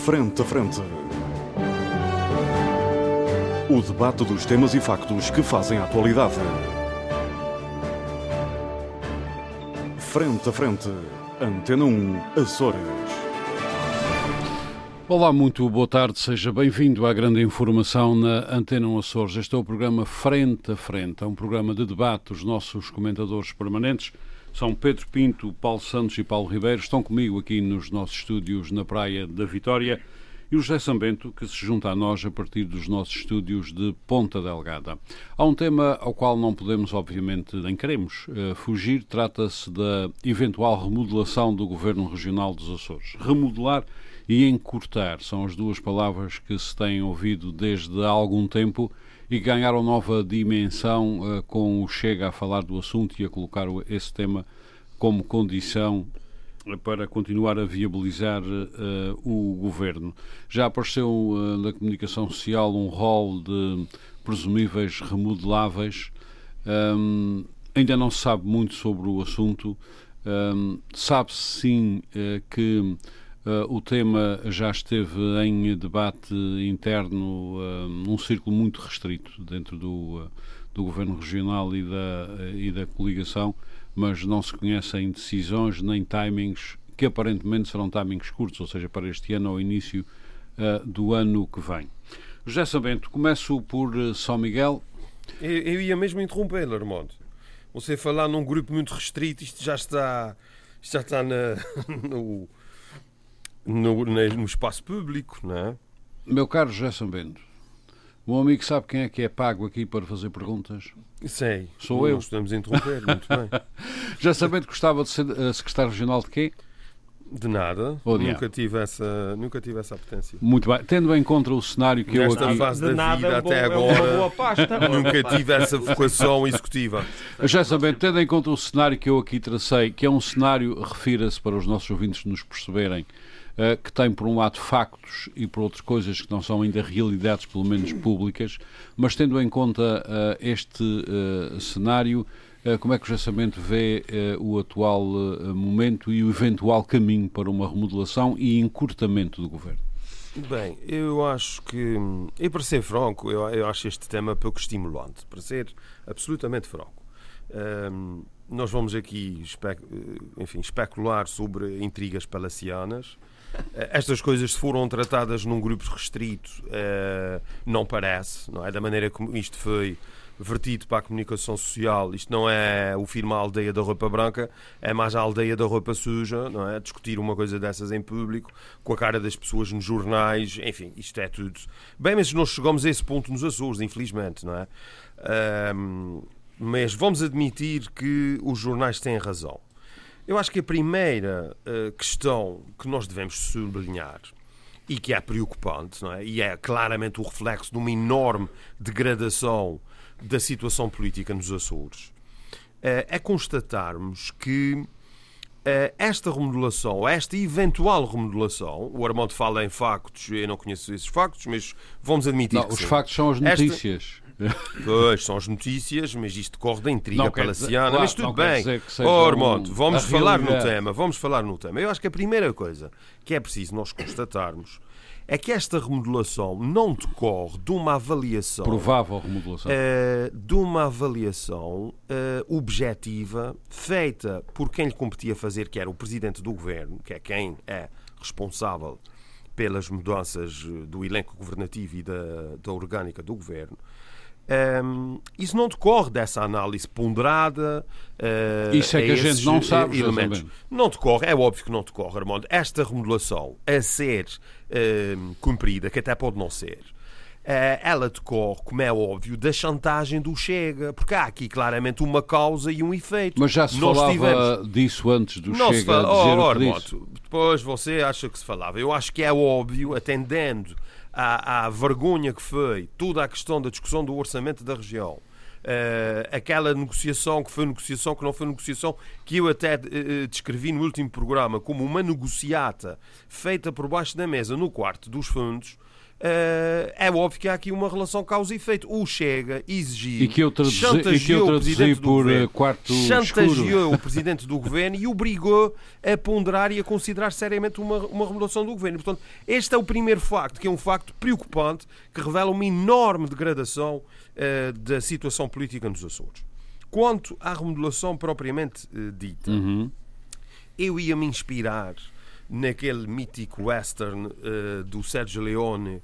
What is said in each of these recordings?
Frente a Frente. O debate dos temas e factos que fazem a atualidade. Frente a Frente. Antena 1, Açores. Olá, muito boa tarde, seja bem-vindo à grande informação na Antena 1 Açores. Este é o programa Frente a Frente, é um programa de debate. Os nossos comentadores permanentes são Pedro Pinto, Paulo Santos e Paulo Ribeiro. Estão comigo aqui nos nossos estúdios na Praia da Vitória. E o José Sambento, que se junta a nós a partir dos nossos estúdios de Ponta Delgada. Há um tema ao qual não podemos, obviamente, nem queremos fugir. Trata-se da eventual remodelação do Governo Regional dos Açores. Remodelar e encurtar são as duas palavras que se têm ouvido desde há algum tempo e ganharam nova dimensão com o Chega a falar do assunto e a colocar esse tema como condição para continuar a viabilizar o Governo. Já apareceu na comunicação social um rol de presumíveis remodeláveis. Ainda não se sabe muito sobre o assunto. Sabe-se sim que o tema já esteve em debate interno num círculo muito restrito dentro do Governo Regional e da coligação, mas não se conhecem decisões nem timings, que aparentemente serão timings curtos, ou seja, para este ano ou início do ano que vem. José Sambento, começo por São Miguel. Eu ia mesmo interromper, Armando. Você falar num grupo muito restrito, isto já está no espaço público, não é? Meu caro José Sambento, o meu amigo sabe quem é que é pago aqui para fazer perguntas? Sei. Sou eu. Nós podemos interromper, muito bem. Já sabendo que gostava de ser secretário regional de quê? De nada. Nunca tive essa apetência. Muito bem. Tendo em conta o cenário que Nesta eu aqui... fase da vida até agora, nunca tive essa vocação executiva. Já sabendo, tendo em conta o cenário que eu aqui tracei, que é um cenário, refira-se para os nossos ouvintes nos perceberem, que tem por um lado factos e por outras coisas que não são ainda realidades, pelo menos públicas, mas tendo em conta este cenário, como é que o José Sambento vê o atual momento e o eventual caminho para uma remodelação e encurtamento do Governo? Bem, eu acho que, e para ser franco, eu acho este tema pouco estimulante, para ser absolutamente franco. Nós vamos aqui especular sobre intrigas palacianas. Estas coisas, se foram tratadas num grupo restrito, não parece, não é? Da maneira como isto foi vertido para a comunicação social, isto não é o filme A Aldeia da Roupa Branca, é mais a Aldeia da Roupa Suja, não é? Discutir uma coisa dessas em público, com a cara das pessoas nos jornais, enfim, isto é tudo. Bem, mas nós chegamos a esse ponto nos Açores, infelizmente, não é? Mas vamos admitir que os jornais têm razão. Eu acho que a primeira questão que nós devemos sublinhar, e que é preocupante, não é? E é claramente o reflexo de uma enorme degradação da situação política nos Açores, é constatarmos que esta remodelação, esta eventual remodelação, o Armando fala em factos, eu não conheço esses factos, mas vamos admitir que os sim. Factos são as notícias. Pois, são as notícias, mas isto decorre da intriga palaciana, claro, mas tudo bem. Armando, vamos falar no tema. Eu acho que a primeira coisa que é preciso nós constatarmos é que esta remodelação não decorre de uma avaliação... Provável remodelação. De uma avaliação objetiva, feita por quem lhe competia fazer, que era o Presidente do Governo, que é quem é responsável pelas mudanças do elenco governativo e da orgânica do Governo. Isso não decorre dessa análise ponderada. Isso é que a gente não sabe. Elementos. Não decorre, é óbvio que não decorre, Armando. Esta remodelação a ser cumprida, que até pode não ser, ela decorre, como é óbvio, da chantagem do Chega, porque há aqui claramente uma causa e um efeito. Mas já se falava disso antes do Chega dizer o que disse. Depois você acha que se falava. Eu acho que é óbvio, atendendo à vergonha que foi toda a questão da discussão do orçamento da região, aquela negociação que foi negociação, que não foi negociação, que eu até descrevi no último programa como uma negociata feita por baixo da mesa no quarto dos fundos. é óbvio que há aqui uma relação causa e efeito. O Chega exigiu, e que eu traduzi por quarto chantageou o Presidente do Governo e obrigou a ponderar e a considerar seriamente uma remodelação do Governo. Portanto, este é o primeiro facto, que é um facto preocupante, que revela uma enorme degradação da situação política nos Açores. Quanto à remodelação propriamente dita, eu ia me inspirar naquele mítico western do Sergio Leone,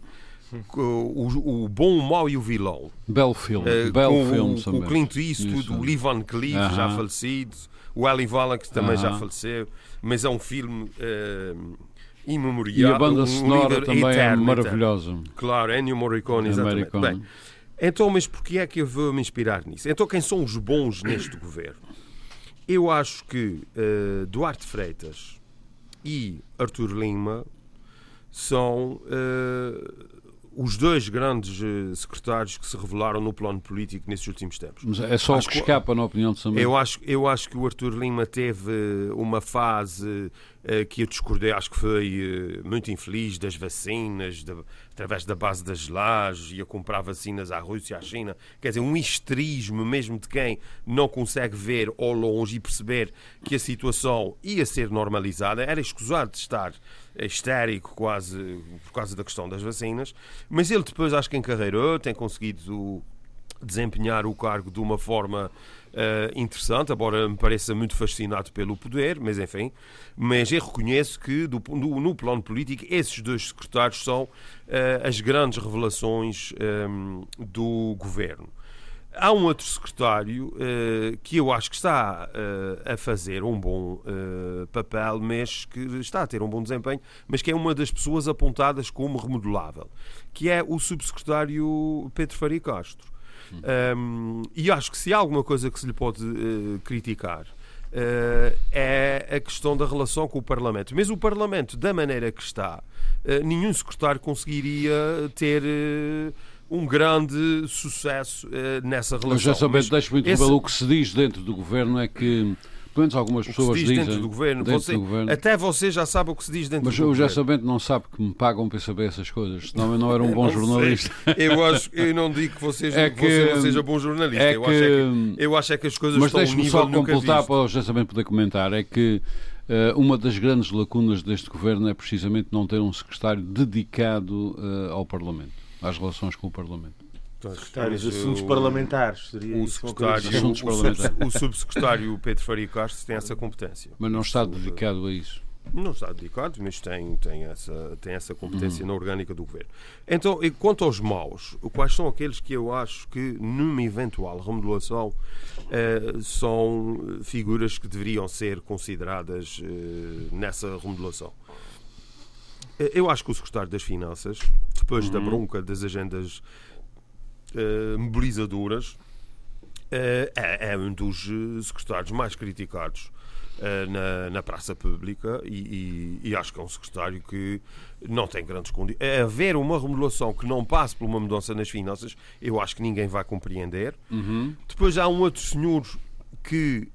o Bom, o Mau e o Vilão. Belo filme. Com o Clint Eastwood, o Lee Van Cleef, já falecido, o Eli Wallach, que também já faleceu, mas é um filme imemorial. E a banda sonora também é maravilhosa. Claro, Ennio Morricone, exatamente. Bem, então, mas porquê é que eu vou me inspirar nisso? Então, quem são os bons neste governo? Eu acho que Duarte Freitas e Artur Lima são os dois grandes secretários que se revelaram no plano político nesses últimos tempos. Mas é só o que escapa, na opinião de Samuel. Eu acho que o Artur Lima teve uma fase que eu discordei, acho que foi muito infeliz, das vacinas, através da base das lajes, ia comprar vacinas à Rússia, à China. Quer dizer, um histerismo mesmo de quem não consegue ver ao longe e perceber que a situação ia ser normalizada. Era escusado de estar histérico quase por causa da questão das vacinas, mas ele depois acho que encarreirou, tem conseguido desempenhar o cargo de uma forma interessante, embora me pareça muito fascinado pelo poder, mas enfim, mas eu reconheço que no plano político esses dois secretários são as grandes revelações do governo. Há um outro secretário que eu acho que está a fazer um bom papel, mas que está a ter um bom desempenho, mas que é uma das pessoas apontadas como remodelável, que é o subsecretário Pedro Faria Castro. E acho que se há alguma coisa que se lhe pode criticar é a questão da relação com o Parlamento. Mas o Parlamento, da maneira que está, nenhum secretário conseguiria ter um grande sucesso nessa relação. Mas já sabendo, deixe-me interromper, o que se diz dentro do governo é que, pelo menos algumas pessoas dizem... dentro do governo. Até você já sabe o que se diz dentro do governo. Mas o José Bento não sabe que me pagam para saber essas coisas, senão eu não era um bom jornalista. Eu não digo que você não seja bom jornalista. Eu acho que as coisas estão a um nível nunca visto. Mas deixe-me só completar para o José Bento poder comentar, é que uma das grandes lacunas deste governo é precisamente não ter um secretário dedicado ao Parlamento, às relações com o Parlamento. Secretários de Assuntos Parlamentares. Seria o subsecretário Pedro Faria Castro tem essa competência. Mas não está dedicado a isso. Não está dedicado, mas tem essa competência na orgânica do governo. Então, quanto aos maus, quais são aqueles que eu acho que, numa eventual remodelação, são figuras que deveriam ser consideradas nessa remodelação? Eu acho que o secretário das Finanças, depois da bronca das agendas mobilizadoras, é um dos secretários mais criticados na praça pública e acho que é um secretário que não tem grandes condições. Haver uma remodelação que não passe por uma mudança nas finanças, eu acho que ninguém vai compreender. Depois há um outro senhor que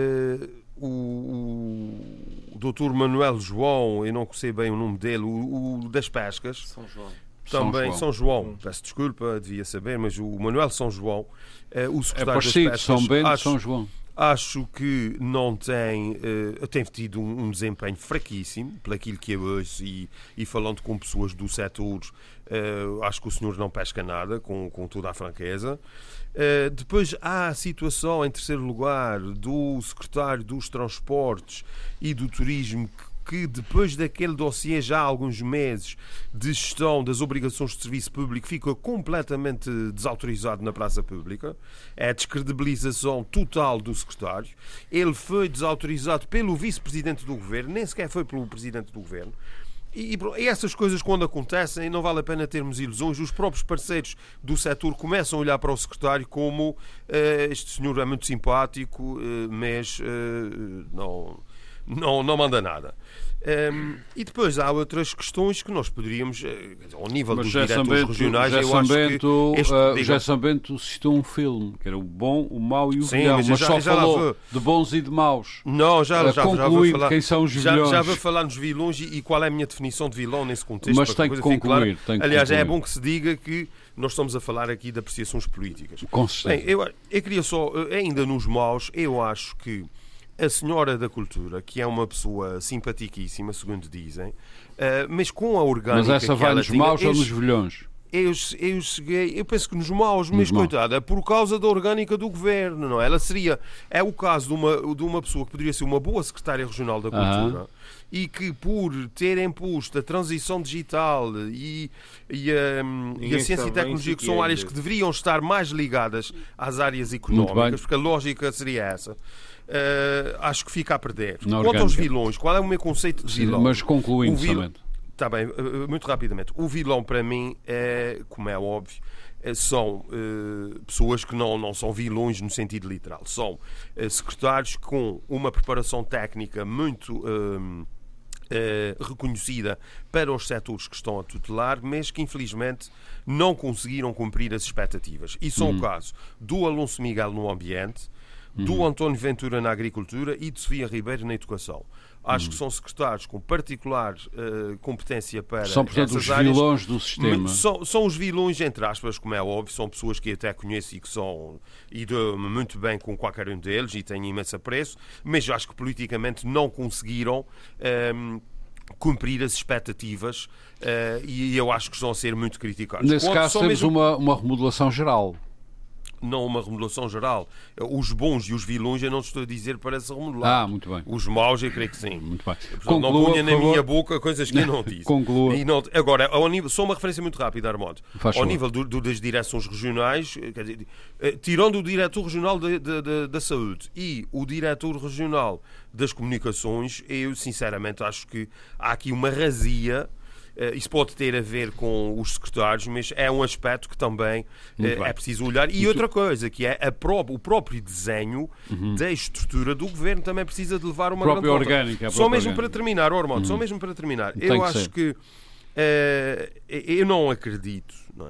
o Dr. Manuel João, eu não sei bem o nome dele, o das pescas. São João. Também São João. Peço desculpa, devia saber, mas o Manuel São João, o secretário das pescas, São Bento, São João. Acho que não tem tido um desempenho fraquíssimo, pelo aquilo que é hoje, e falando com pessoas do setor, acho que o senhor não pesca nada, com toda a franqueza. Depois há a situação, em terceiro lugar, do secretário dos Transportes e do Turismo, que depois daquele dossiê já há alguns meses de gestão das obrigações de serviço público fica completamente desautorizado na praça pública. É a descredibilização total do secretário. Ele foi desautorizado pelo vice-presidente do governo, nem sequer foi pelo presidente do governo. E essas coisas, quando acontecem, não vale a pena termos ilusões. Os próprios parceiros do setor começam a olhar para o secretário como este senhor é muito simpático, mas não manda nada. E depois há outras questões que nós poderíamos, ao nível dos diretores regionais, eu acho que... José Sambento citou um filme, que era o bom, o mau e o Sim, vilão, mas já só falou de bons e de maus. Não, já vou falar. Quem são os vilões. Já vou falar nos vilões e qual é a minha definição de vilão nesse contexto. Mas tem que concluir. Aliás, é bom que se diga que nós estamos a falar aqui de apreciações políticas. Com certeza. Bem, eu queria só, ainda nos maus, eu acho que a senhora da cultura, que é uma pessoa simpaticíssima, segundo dizem, mas com a orgânica. Mas essa vai nos maus ou nos vilões? Eu penso que nos maus, mas coitada, por causa da orgânica do governo, não é? É o caso de uma pessoa que poderia ser uma boa secretária regional da cultura e que, por ter imposto a transição digital e a ciência e tecnologia, que são áreas que deveriam estar mais ligadas às áreas económicas, porque a lógica seria essa. Acho que fica a perder. Quanto aos vilões, qual é o meu conceito de vilão? Mas concluindo somente. Está bem, muito rapidamente. O vilão, para mim, como é óbvio, são pessoas que não são vilões no sentido literal. São secretários com uma preparação técnica muito reconhecida para os setores que estão a tutelar, mas que, infelizmente, não conseguiram cumprir as expectativas. E são o caso do Alonso Miguel no ambiente, do António Ventura na agricultura e de Sofia Ribeiro na educação. Acho que são secretários com particular competência para são, portanto, os áreas. Vilões do sistema. São os vilões, entre aspas, como é óbvio. São pessoas que até conheço e que e dou-me muito bem com qualquer um deles e tenho imenso apreço, mas acho que politicamente não conseguiram cumprir as expectativas e eu acho que estão a ser muito criticados. Nesse caso temos uma remodelação geral. Não uma remodelação geral. Os bons e os vilões eu não estou a dizer para se remodelar. Muito bem. Os maus eu creio que sim. Muito bem. Não punha na minha boca coisas que eu não disse. Conclua. Agora, só uma referência muito rápida, Armando. Ao nível das direções regionais, quer dizer, tirando o diretor regional da saúde e o diretor regional das comunicações, eu sinceramente acho que há aqui uma razia. Isso pode ter a ver com os secretários, mas é um aspecto que também é preciso olhar. E outra coisa, que é o próprio desenho da estrutura do governo também precisa de levar uma grande orgânica. Só mesmo para terminar, Ormond, só mesmo para terminar. Eu acho que eu não acredito, não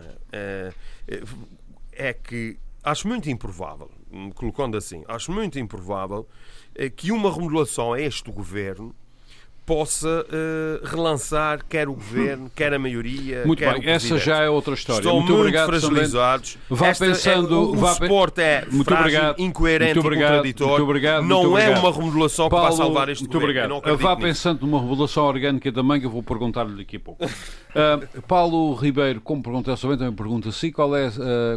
é que acho muito improvável, colocando assim, acho muito improvável que uma remodelação a este governo possa relançar quer o governo, quer a maioria, muito quer bem, o presidente. Essa já é outra história. Estão muito obrigado, fragilizados. Vá pensando, o suporte é muito frágil, obrigado, incoerente e contraditório. Não é uma remodelação que vai salvar este governo. Muito obrigado. Vá pensando numa remodelação orgânica também, que eu vou perguntar-lhe daqui a pouco. Paulo Ribeiro, como perguntei também pergunto assim, qual é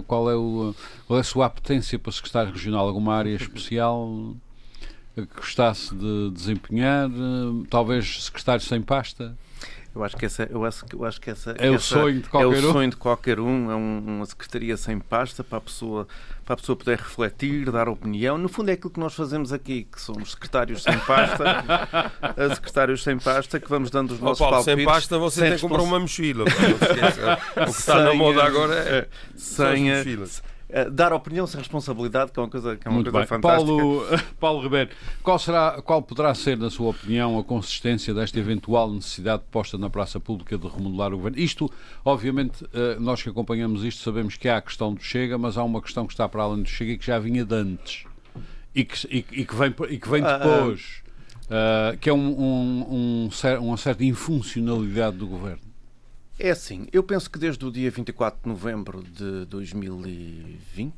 a sua apetência para secretário regional? Alguma área especial que gostasse de desempenhar, talvez secretário sem pasta? Eu acho que essa é o sonho de qualquer um. É o sonho de qualquer um, é uma secretaria sem pasta para a pessoa poder refletir, dar opinião. No fundo é aquilo que nós fazemos aqui, que somos secretários sem pasta, secretários sem pasta, que vamos dando os nossos Paulo, palpites. Sem pasta você tem que comprar uma mochila. O que está na moda agora é sem mochilas. Dar opinião sem responsabilidade, que é uma coisa fantástica. Paulo Ribeiro, qual poderá ser, na sua opinião, a consistência desta eventual necessidade posta na praça pública de remodelar o governo? Isto, obviamente, nós que acompanhamos isto sabemos que há a questão do Chega, mas há uma questão que está para além do Chega e que já vinha de antes e que vem depois, que é uma certa infuncionalidade do governo. É assim, eu penso que desde o dia 24 de novembro de 2020,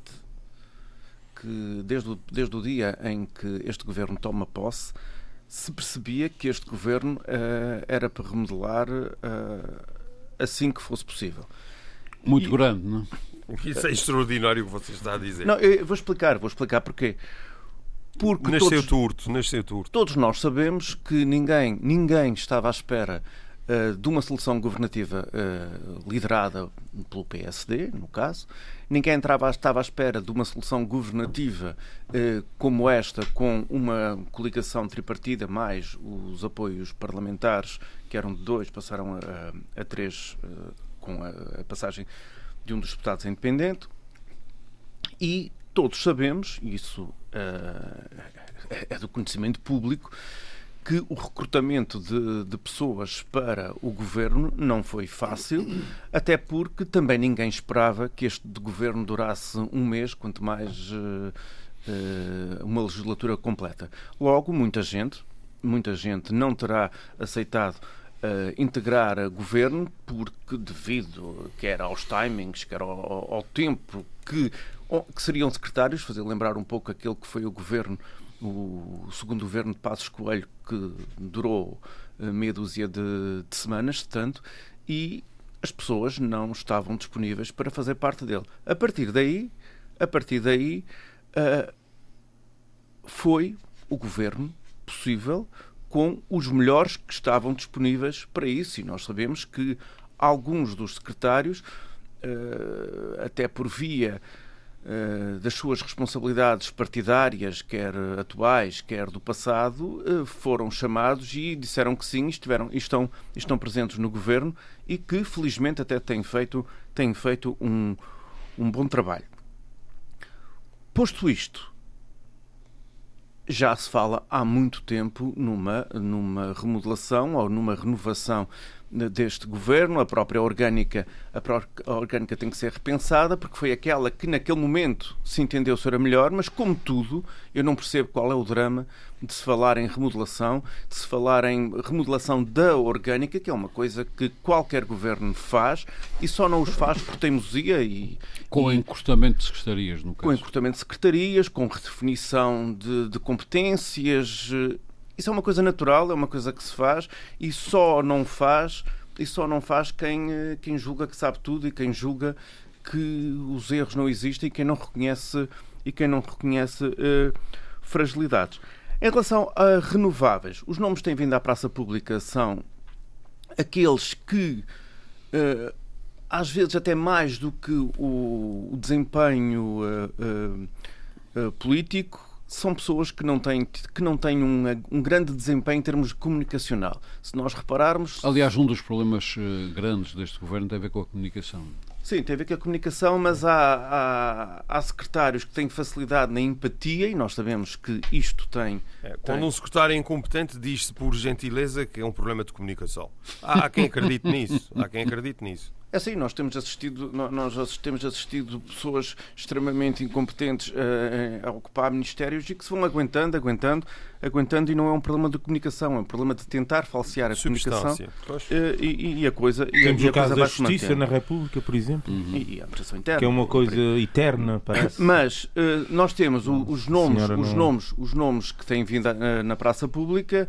que desde o dia em que este governo toma posse, se percebia que este governo era para remodelar assim que fosse possível. Muito grande, não é? Isso é extraordinário o que você está a dizer. Não, eu vou explicar porquê. Porque nasceu torto. Todos nós sabemos que ninguém estava à espera de uma solução governativa liderada pelo PSD, no caso. Ninguém estava à espera de uma solução governativa como esta, com uma coligação tripartida, mais os apoios parlamentares, que eram de 2, passaram a 3, com a passagem de um dos deputados independente. E todos sabemos, e isso é do conhecimento público, que o recrutamento de pessoas para o governo não foi fácil, até porque também ninguém esperava que este governo durasse um mês, quanto mais uma legislatura completa. Logo, muita gente não terá aceitado integrar a governo porque, devido quer aos timings, quer ao tempo que seriam secretários, fazer lembrar um pouco aquele que foi o governo, o segundo governo de Passos Coelho, que durou meia dúzia de semanas, tanto, e as pessoas não estavam disponíveis para fazer parte dele. A partir daí foi o governo possível com os melhores que estavam disponíveis para isso, e nós sabemos que alguns dos secretários, até por via das suas responsabilidades partidárias, quer atuais, quer do passado, foram chamados e disseram que sim, estão presentes no governo e que felizmente até têm feito um bom trabalho. Posto isto, já se fala há muito tempo numa remodelação ou numa renovação deste governo. A própria orgânica tem que ser repensada, porque foi aquela que naquele momento se entendeu ser a melhor, mas como tudo, eu não percebo qual é o drama de se falar em remodelação, de se falar em remodelação da orgânica, que é uma coisa que qualquer governo faz e só não os faz por teimosia com encurtamento de secretarias, no caso. Com encurtamento de secretarias, com redefinição de competências. Isso é uma coisa natural, é uma coisa que se faz e só não faz quem julga que sabe tudo e quem julga que os erros não existem e quem não reconhece fragilidades. Em relação a renováveis, os nomes que têm vindo à praça pública são aqueles que, às vezes até mais do que o desempenho político, são pessoas que não têm um grande desempenho em termos comunicacional. Se nós repararmos... Aliás, um dos problemas grandes deste governo tem a ver com a comunicação. Sim, tem a ver com a comunicação, mas há secretários que têm facilidade na empatia e nós sabemos que isto tem... Quando um secretário é incompetente, diz-se por gentileza que é um problema de comunicação. Há quem acredite nisso. É assim, nós temos assistido pessoas extremamente incompetentes a ocupar ministérios e que se vão aguentando e não é um problema de comunicação, é um problema de tentar falsear a comunicação e a coisa vai se manter. Temos o caso da Justiça na República, por exemplo, e a administração interna, que é uma coisa eterna, parece. Mas nós temos os nomes que têm vindo na praça pública.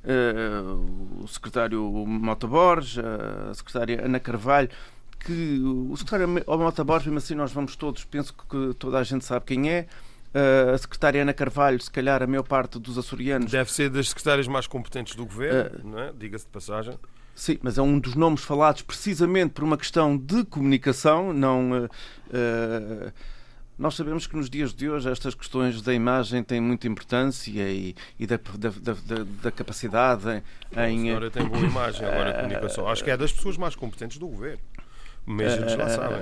O secretário Mota Borges, a secretária Ana Carvalho, que o secretário Mota Borges, mesmo assim nós vamos todos, penso que toda a gente sabe quem é. A secretária Ana Carvalho, se calhar a maior parte dos açorianos... Deve ser das secretárias mais competentes do governo, não é? Diga-se de passagem. Sim, mas é um dos nomes falados precisamente por uma questão de comunicação, não... Nós sabemos que nos dias de hoje estas questões da imagem têm muita importância e da capacidade em... A senhora tem boa imagem agora de comunicação. Acho que é das pessoas mais competentes do governo. Mas eles lá sabem.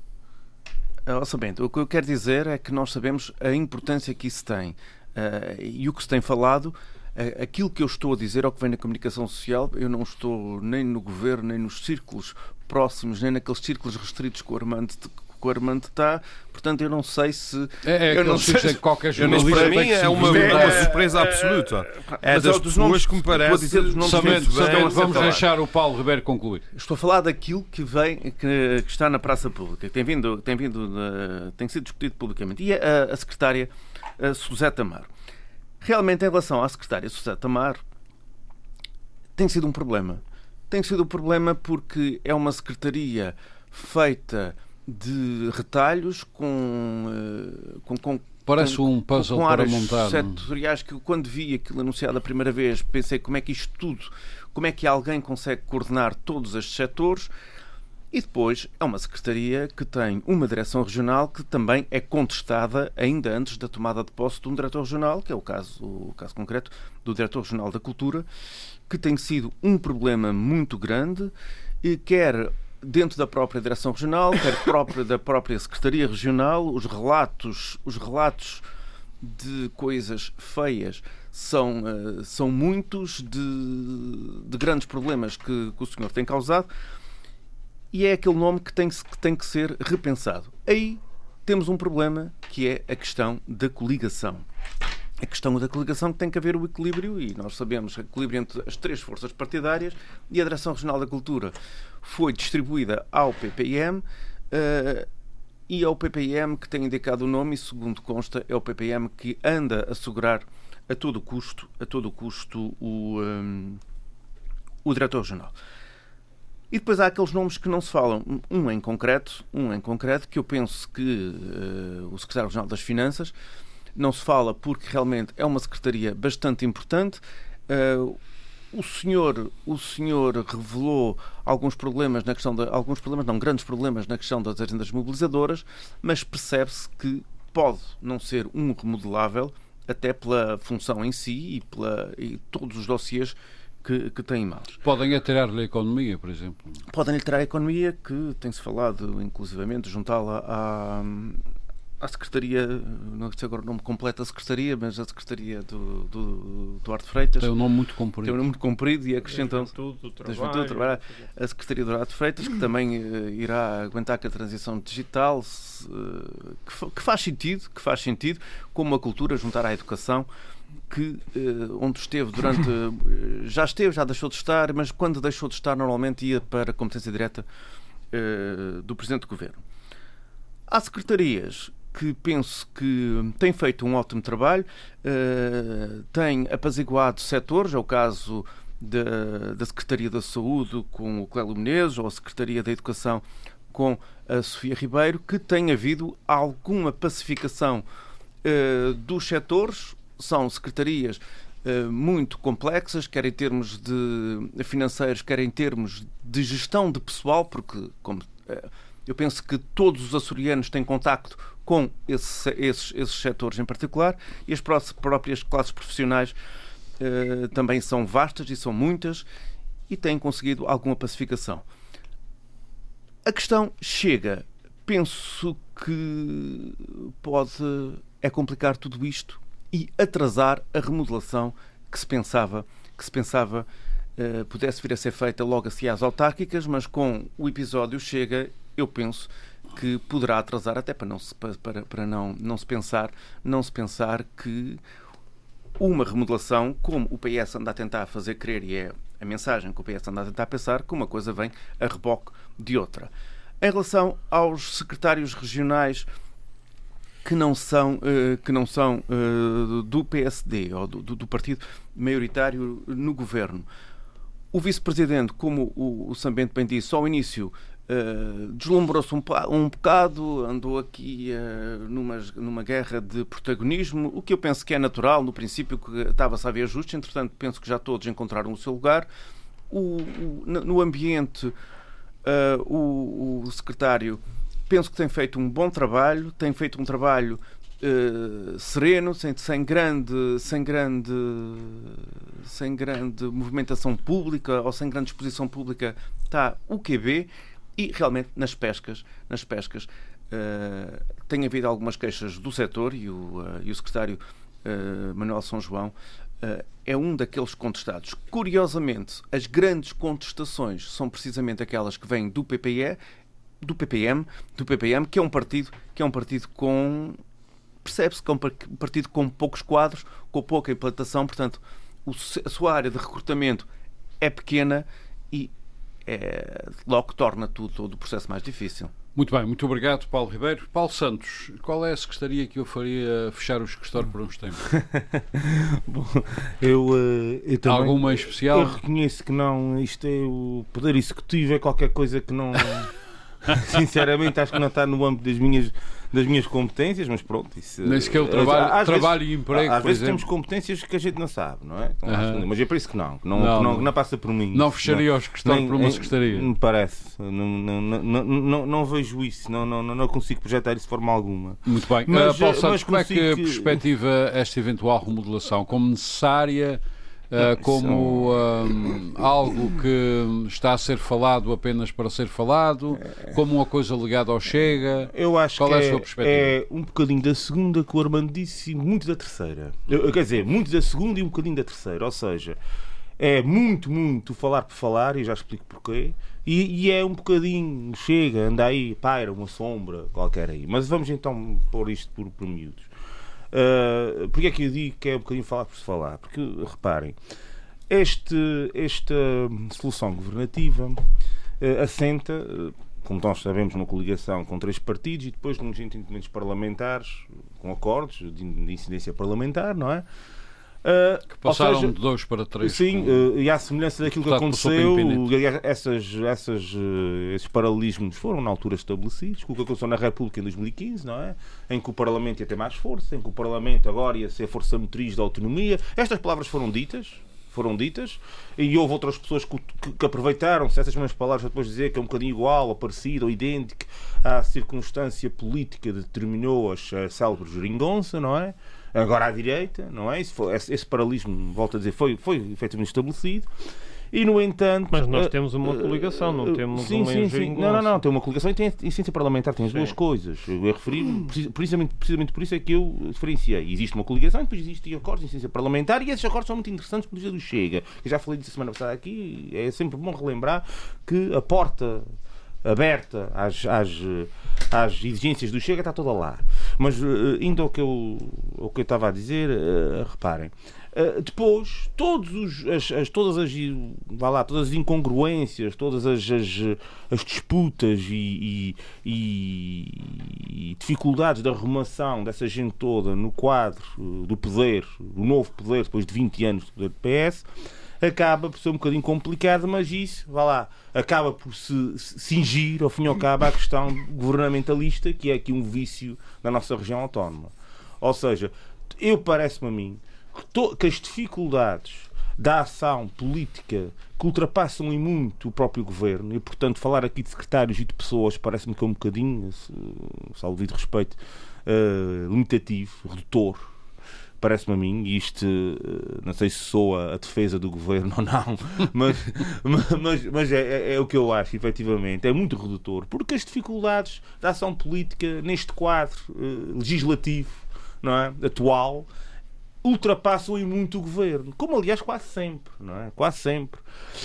O que eu quero dizer é que nós sabemos a importância que isso tem. E o que se tem falado, aquilo que eu estou a dizer ao que vem na comunicação social, eu não estou nem no governo, nem nos círculos próximos, nem naqueles círculos restritos que o Armando está, portanto eu não sei se... eu não sei se qualquer jornalista... Para mim é uma surpresa absoluta. É das pessoas que me parece... Vamos deixar o Paulo Ribeiro concluir. Estou a falar daquilo que está na praça pública, que tem sido discutido publicamente. E a secretária Suseta Amaro. Realmente, em relação à secretária Suseta Amaro, tem sido um problema. Tem sido um problema porque é uma secretaria feita de retalhos parece um puzzle para montar setoriais que quando vi aquilo anunciado a primeira vez pensei como é que alguém consegue coordenar todos estes setores, e depois é uma secretaria que tem uma direção regional que também é contestada ainda antes da tomada de posse de um diretor regional, que é o caso concreto do diretor regional da Cultura, que tem sido um problema muito grande e quer dentro da própria direção regional, quer da própria secretaria regional, os relatos de coisas feias são muitos de grandes problemas que o senhor tem causado, e é aquele nome que tem que ser repensado. Aí temos um problema, que é a questão da coligação. A questão da coligação, que tem que haver o equilíbrio, e nós sabemos o equilíbrio entre as três forças partidárias, e a Direção Regional da Cultura foi distribuída ao PPM, e ao PPM que tem indicado o nome, e segundo consta, é o PPM que anda a assegurar a todo custo o diretor regional. E depois há aqueles nomes que não se falam. Um em concreto, que eu penso que o Secretário Regional das Finanças não se fala, porque realmente é uma secretaria bastante importante. O senhor revelou alguns problemas na questão grandes problemas na questão das agendas mobilizadoras, mas percebe-se que pode não ser um remodelável, até pela função em si e todos os dossiês que tem em mãos. Podem atirar-lhe a economia, por exemplo? Podem atirar a economia, que tem-se falado, inclusivamente, juntá-la à Secretaria, não sei agora o nome completo da Secretaria, mas a Secretaria do Duarte Freitas. Tem um nome muito comprido. Tem um nome muito comprido e acrescentam da Juventude, do Trabalho, a Secretaria do Duarte Freitas, que também irá aguentar com a transição digital, que faz sentido, como a cultura, juntar à educação, que onde esteve já deixou de estar, mas quando deixou de estar normalmente ia para a competência direta do Presidente do Governo. Há secretarias que penso que têm feito um ótimo trabalho, têm apaziguado setores, é o caso da Secretaria da Saúde com o Clélio Menezes, ou a Secretaria da Educação com a Sofia Ribeiro, que tem havido alguma pacificação dos setores. São secretarias muito complexas, quer em termos de financeiros, quer em termos de gestão de pessoal, porque eu penso que todos os açorianos têm contacto com esses setores em particular, e as próprias classes profissionais também são vastas e são muitas, e têm conseguido alguma pacificação. A questão chega, penso que é complicar tudo isto e atrasar a remodelação que se pensava pudesse vir a ser feita logo assim às autárquicas, mas com o episódio Chega, eu penso que poderá atrasar, até para não se pensar que uma remodelação, como o PS anda a tentar fazer crer, e é a mensagem que o PS anda a tentar pensar, que uma coisa vem a reboque de outra. Em relação aos secretários regionais que não são do PSD, ou do partido maioritário no governo, o vice-presidente, como o Sambento bem disse, ao início deslumbrou-se um bocado, andou aqui numa guerra de protagonismo, o que eu penso que é natural, no princípio que estava-se a haver ajustes, entretanto penso que já todos encontraram o seu lugar. No ambiente, o secretário penso que tem feito um bom trabalho, sereno, sem grande movimentação pública ou sem grande exposição pública, está o QB. E realmente nas pescas tem havido algumas queixas do setor, e o secretário Manuel São João é um daqueles contestados. Curiosamente, as grandes contestações são precisamente aquelas que vêm do PPM, que é um partido com, percebe-se que é um partido com poucos quadros, com pouca implantação, portanto a sua área de recrutamento é pequena e logo torna todo o processo mais difícil. Muito bem, muito obrigado, Paulo Ribeiro. Paulo Santos, qual é a secretaria que eu faria fechar o escritório por uns tempos? Bom, eu também, alguma especial? Eu reconheço que não, isto é o poder executivo, é qualquer coisa que não sinceramente acho que não está no âmbito das minhas competências, mas pronto. Nem sequer o trabalho e emprego, às vezes temos competências que a gente não sabe, não é? Então, mas é por isso que não passa por mim. Não fecharia o escritório por uma secretaria? Me parece. Não vejo isso, não consigo projetar isso de forma alguma. Muito bem. Paulo Santos, como é que perspectiva esta eventual remodelação como necessária? como algo que está a ser falado apenas para ser falado, como uma coisa ligada ao Chega? Eu acho Qual que é a sua perspectiva? é um bocadinho da segunda que o Armando disse e muito da terceira. Quer dizer, muito da segunda e um bocadinho da terceira. Ou seja, é muito falar por falar, e já explico porquê, e é um bocadinho, chega, anda aí, paira uma sombra qualquer aí. Mas vamos então pôr isto por miúdos. Porque é que eu digo que é um bocadinho falar por se falar? Porque, reparem, esta solução governativa assenta, como nós sabemos, numa coligação com 3 partidos e depois nos entendimentos parlamentares, com acordos de incidência parlamentar, não é? Que passaram de 2 para 3. Sim, e à semelhança daquilo que aconteceu, esses paralelismos foram na altura estabelecidos, com o que aconteceu na República em 2015, não é? Em que o Parlamento ia ter mais força, em que o Parlamento agora ia ser força motriz da autonomia. Estas palavras foram ditas, e houve outras pessoas que aproveitaram-se essas mesmas palavras para depois dizer que é um bocadinho igual, ou parecido, ou idêntico à circunstância política que determinou a célebre geringonça, não é? Agora à direita, não é? Esse paralelismo, volto a dizer, foi efetivamente estabelecido. E, no entanto... Mas nós temos uma coligação, não temos uma geringonça. Não, tem uma coligação e tem essência parlamentar, tem as duas coisas. Eu referi, precisamente por isso é que eu diferenciei. Existe uma coligação e depois existem acordos de essência parlamentar, e esses acordos são muito interessantes por dizer do Chega. Eu já falei disso a semana passada aqui, é sempre bom relembrar que a porta aberta às exigências do Chega está toda lá. Mas indo ao que eu estava a dizer, reparem, depois todas as incongruências, todas as disputas e dificuldades da arrumação dessa gente toda no quadro do poder, do novo poder, depois de 20 anos do poder do PS, acaba por ser um bocadinho complicado, mas isso, acaba por se cingir, ao fim e ao cabo, à questão governamentalista, que é aqui um vício da nossa região autónoma. Ou seja, parece-me a mim que as dificuldades da ação política que ultrapassam em muito o próprio governo, e portanto falar aqui de secretários e de pessoas parece-me que é um bocadinho, salvo devido respeito, limitativo, redutor. Parece-me a mim, e isto não sei se soa a defesa do governo ou não, mas é o que eu acho, efetivamente. É muito redutor, porque as dificuldades da ação política neste quadro legislativo, não é, atual, ultrapassam em muito o governo, como aliás quase sempre, não é? Quase sempre.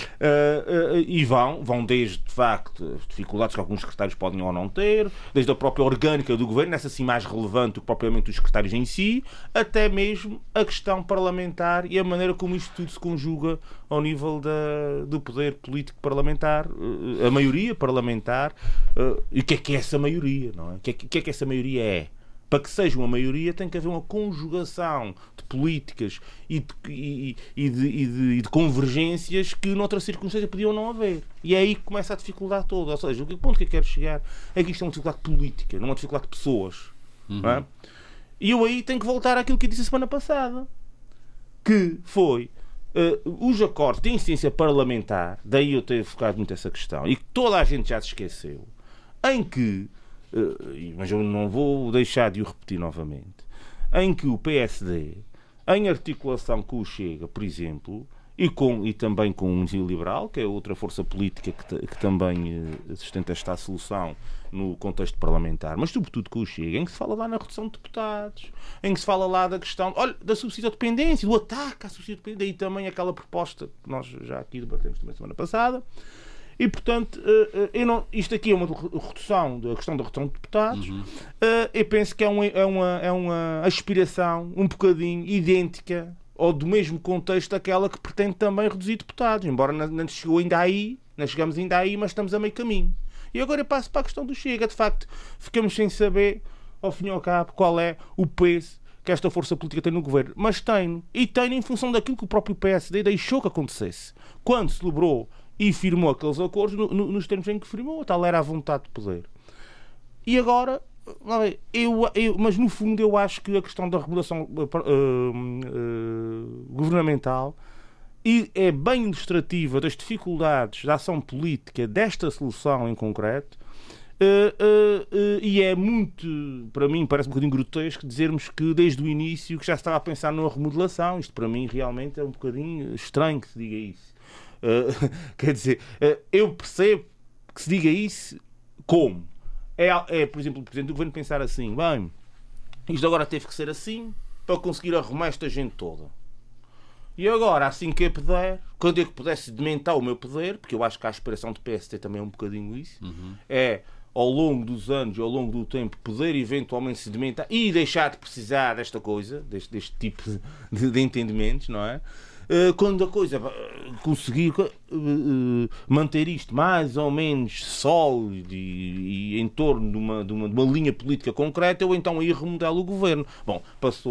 E vão desde, de facto, as dificuldades que alguns secretários podem ou não ter, desde a própria orgânica do governo, essa sim mais relevante do que propriamente os secretários em si, até mesmo a questão parlamentar e a maneira como isto tudo se conjuga ao nível do poder político parlamentar, a maioria parlamentar, e o que é essa maioria, não é? O que é que essa maioria é? Para que seja uma maioria tem que haver uma conjugação de políticas e de convergências que noutra circunstância podiam não haver. E é aí que começa a dificuldade toda. Ou seja, o ponto que eu quero chegar é que isto é uma dificuldade política, não é uma dificuldade de pessoas. Não é? E eu aí tenho que voltar àquilo que eu disse a semana passada, que foi os acordos de incidência parlamentar, daí eu tenho focado muito essa questão, e que toda a gente já se esqueceu, em que mas eu não vou deixar de o repetir novamente, em que o PSD, em articulação com o Chega, por exemplo, e também com o União Liberal, que é outra força política que também sustenta esta solução no contexto parlamentar, mas sobretudo com o Chega, em que se fala lá na redução de deputados, em que se fala lá da questão, da subsídio-dependência, do ataque à subsídio-dependência, e também aquela proposta que nós já aqui debatemos também semana passada. E, portanto, isto aqui é uma redução, a questão da redução de deputados. Eu penso que é uma aspiração um bocadinho idêntica ou do mesmo contexto daquela que pretende também reduzir deputados, embora não chegamos ainda aí, mas estamos a meio caminho. E agora eu passo para a questão do Chega. De facto, ficamos sem saber, ao fim e ao cabo, qual é o peso que esta força política tem no governo. Mas tem em função daquilo que o próprio PSD deixou que acontecesse. Quando celebrou e firmou aqueles acordos nos termos em que firmou, tal era a vontade de poder. E agora, mas no fundo eu acho que a questão da remodelação governamental é bem ilustrativa das dificuldades da ação política desta solução em concreto, E é muito, para mim, parece um bocadinho grotesco dizermos que desde o início que já se estava a pensar numa remodelação. Isto para mim realmente é um bocadinho estranho que se diga isso. Quer dizer, eu percebo que se diga isso como? Por exemplo, o Presidente do Governo pensar assim, bem, isto agora teve que ser assim para conseguir arrumar esta gente toda. E agora, assim que eu puder, quando eu pudesse sedimentar o meu poder, porque eu acho que a aspiração do PSD também é um bocadinho isso, ao longo dos anos, ao longo do tempo, poder eventualmente sedimentar e deixar de precisar desta coisa, deste tipo de entendimentos, não é? Quando a coisa conseguir manter isto mais ou menos sólido e em torno de uma linha política concreta, eu então aí remodelo o governo. Bom,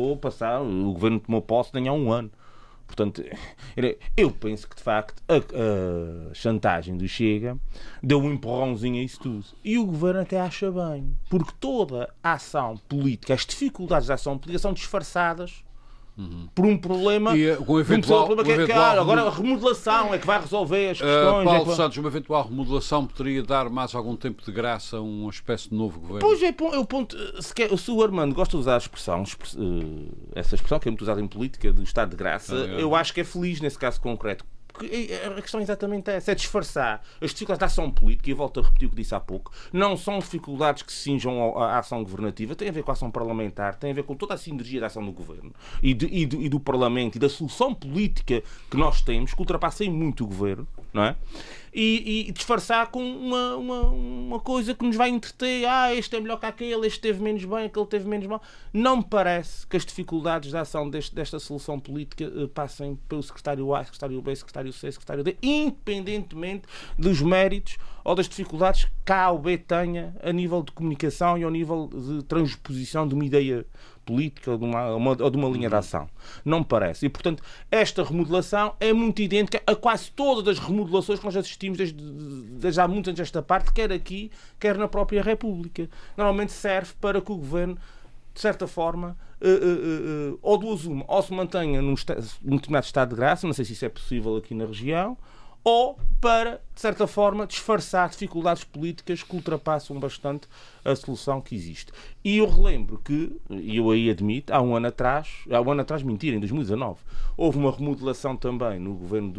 o governo tomou posse nem há um ano. Portanto, eu penso que de facto a chantagem do Chega deu um empurrãozinho a isso tudo. E o governo até acha bem, porque toda a ação política, as dificuldades da ação política são disfarçadas por um problema. E com eventual agora a remodelação é que vai resolver as questões. Paulo Santos, uma eventual remodelação poderia dar mais algum tempo de graça a uma espécie de novo governo? Pois é o ponto. Se o Armando gosta de usar a expressão, essa expressão que é muito usada em política, do estado de graça, eu acho que é feliz nesse caso concreto. A questão é exatamente essa, é disfarçar as dificuldades da ação política, e volto a repetir o que disse há pouco, não são dificuldades que se cinjam à ação governativa, tem a ver com a ação parlamentar, tem a ver com toda a sinergia da ação do governo e do Parlamento e da solução política que nós temos, que ultrapassem muito o governo, não é? E disfarçar com uma coisa que nos vai entreter. Este é melhor que aquele, este teve menos bem, aquele teve menos mal. Não me parece que as dificuldades da ação desta solução política passem pelo secretário A, secretário B, secretário C, secretário D, independentemente dos méritos ou das dificuldades que A ou B tenha a nível de comunicação e ao nível de transposição de uma ideia política ou de uma linha de ação. Não me parece. E, portanto, esta remodelação é muito idêntica a quase todas as remodelações que nós assistimos desde há muitos anos esta parte, quer aqui, quer na própria República. Normalmente serve para que o governo, de certa forma, ou duas uma, ou se mantenha num determinado estado de graça, não sei se isso é possível aqui na região, ou para, de certa forma, disfarçar dificuldades políticas que ultrapassam bastante a solução que existe. E eu relembro que, e eu aí admito, há um ano atrás, mentira, em 2019, houve uma remodelação também no governo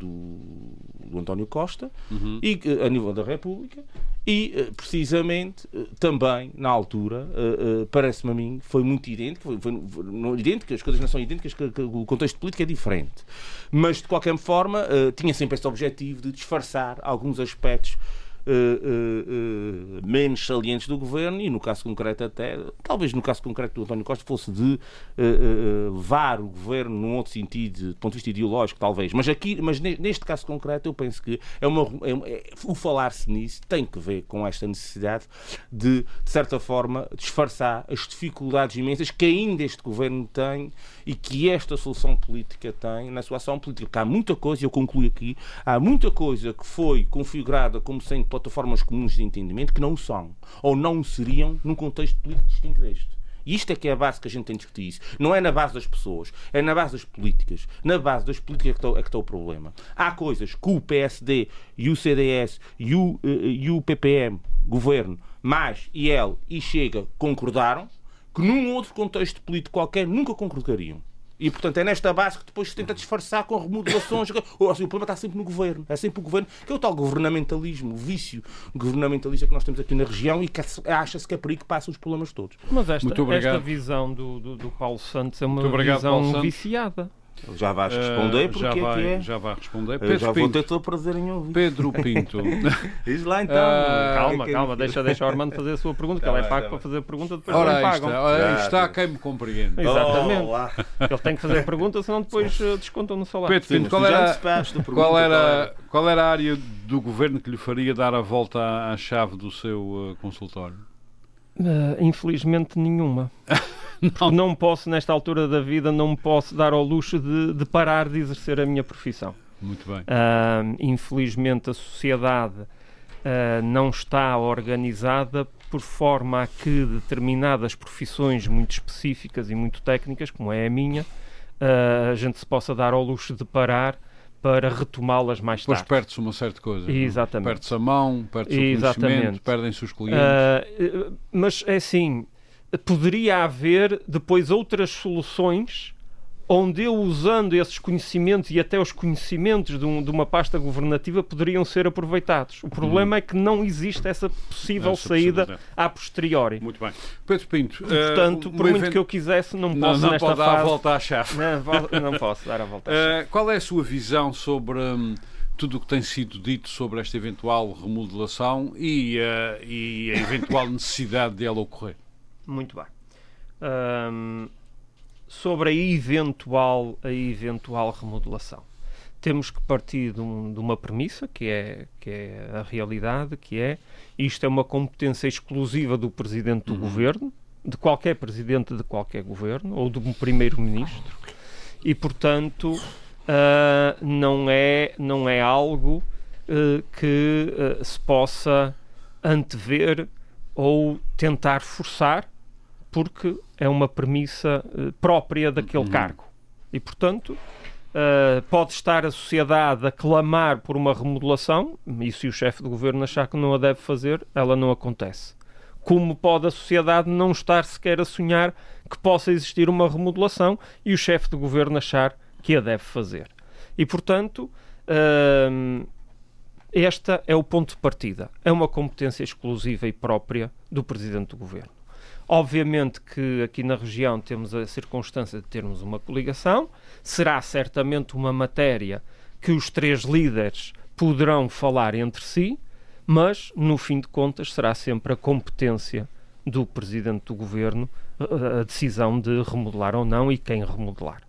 do António Costa, e, a nível da República, e precisamente também, na altura, parece-me a mim, foi muito idêntico, idêntico, as coisas não são idênticas, que o contexto político é diferente. Mas, de qualquer forma, tinha sempre esse objetivo de disfarçar alguns aspectos menos salientes do governo, e no caso concreto até, talvez no caso concreto do António Costa, fosse de levar o governo num outro sentido, do ponto de vista ideológico, talvez. Mas neste caso concreto, eu penso que o falar-se nisso tem que ver com esta necessidade de certa forma, disfarçar as dificuldades imensas que ainda este governo tem e que esta solução política tem na sua ação política. Porque há muita coisa, e eu concluo aqui, há muita coisa que foi configurada como sendo plataformas comuns de entendimento que não o são, ou não o seriam num contexto político distinto deste. E isto é que é a base que a gente tem de discutir isso. Não é na base das pessoas, é na base das políticas. Na base das políticas é que está o problema. Há coisas que o PSD e o CDS e o PPM, governo, mais IEL e Chega concordaram, que num outro contexto político qualquer nunca concordariam. E, portanto, é nesta base que depois se tenta disfarçar com remodelações. O problema está sempre no governo. É sempre o governo, que é o tal governamentalismo, o vício governamentalista que nós temos aqui na região e que acha-se que é por aí que passam os problemas todos. Mas esta visão do Paulo Santos é uma visão viciada. Já vais responder porque já vai responder. Pedro já vou ter todo o prazer em ouvir. Pedro Pinto. Diz lá então. Calma, deixa o Armando fazer a sua pergunta, que ele é pago para fazer a pergunta, depois não pagam. Está quem me compreende. Exatamente. Ele tem que fazer a pergunta, senão depois descontam no salário. Pedro Pinto, qual era a área do governo que lhe faria dar a volta à chave do seu consultório? Infelizmente nenhuma. Não posso, nesta altura da vida, não me posso dar ao luxo de parar de exercer a minha profissão. Muito bem. Infelizmente a sociedade não está organizada por forma a que determinadas profissões muito específicas e muito técnicas, como é a minha, a gente se possa dar ao luxo de parar para retomá-las mais Depois tarde. perde-se uma certa coisa. Exatamente. Perde-se a mão, perde-se o conhecimento, perdem-se os clientes. Mas é assim, poderia haver depois outras soluções onde eu, usando esses conhecimentos e até os conhecimentos de uma pasta governativa, poderiam ser aproveitados. O problema é que não existe essa possível saída a posteriori. Muito bem. Pedro Pinto, portanto, por muito que eu quisesse, não posso não nesta pode fase... dar a volta à chave. Não posso dar a volta à chave. Qual é a sua visão sobre tudo o que tem sido dito sobre esta eventual remodelação e a eventual necessidade de ela ocorrer? Muito bem. Sobre a eventual remodelação. Temos que partir de uma premissa, que é a realidade, que é isto é uma competência exclusiva do Presidente do Governo, de qualquer Presidente de qualquer Governo, ou de um Primeiro-Ministro, e, portanto, não é algo que se possa antever ou tentar forçar, porque é uma premissa própria daquele cargo. E, portanto, pode estar a sociedade a clamar por uma remodelação, e se o chefe de governo achar que não a deve fazer, ela não acontece. Como pode a sociedade não estar sequer a sonhar que possa existir uma remodelação e o chefe de governo achar que a deve fazer. E, portanto, este é o ponto de partida. É uma competência exclusiva e própria do Presidente do Governo. Obviamente que aqui na região temos a circunstância de termos uma coligação. Será certamente uma matéria que os três líderes poderão falar entre si, mas, no fim de contas, será sempre a competência do Presidente do Governo a decisão de remodelar ou não e quem remodelar.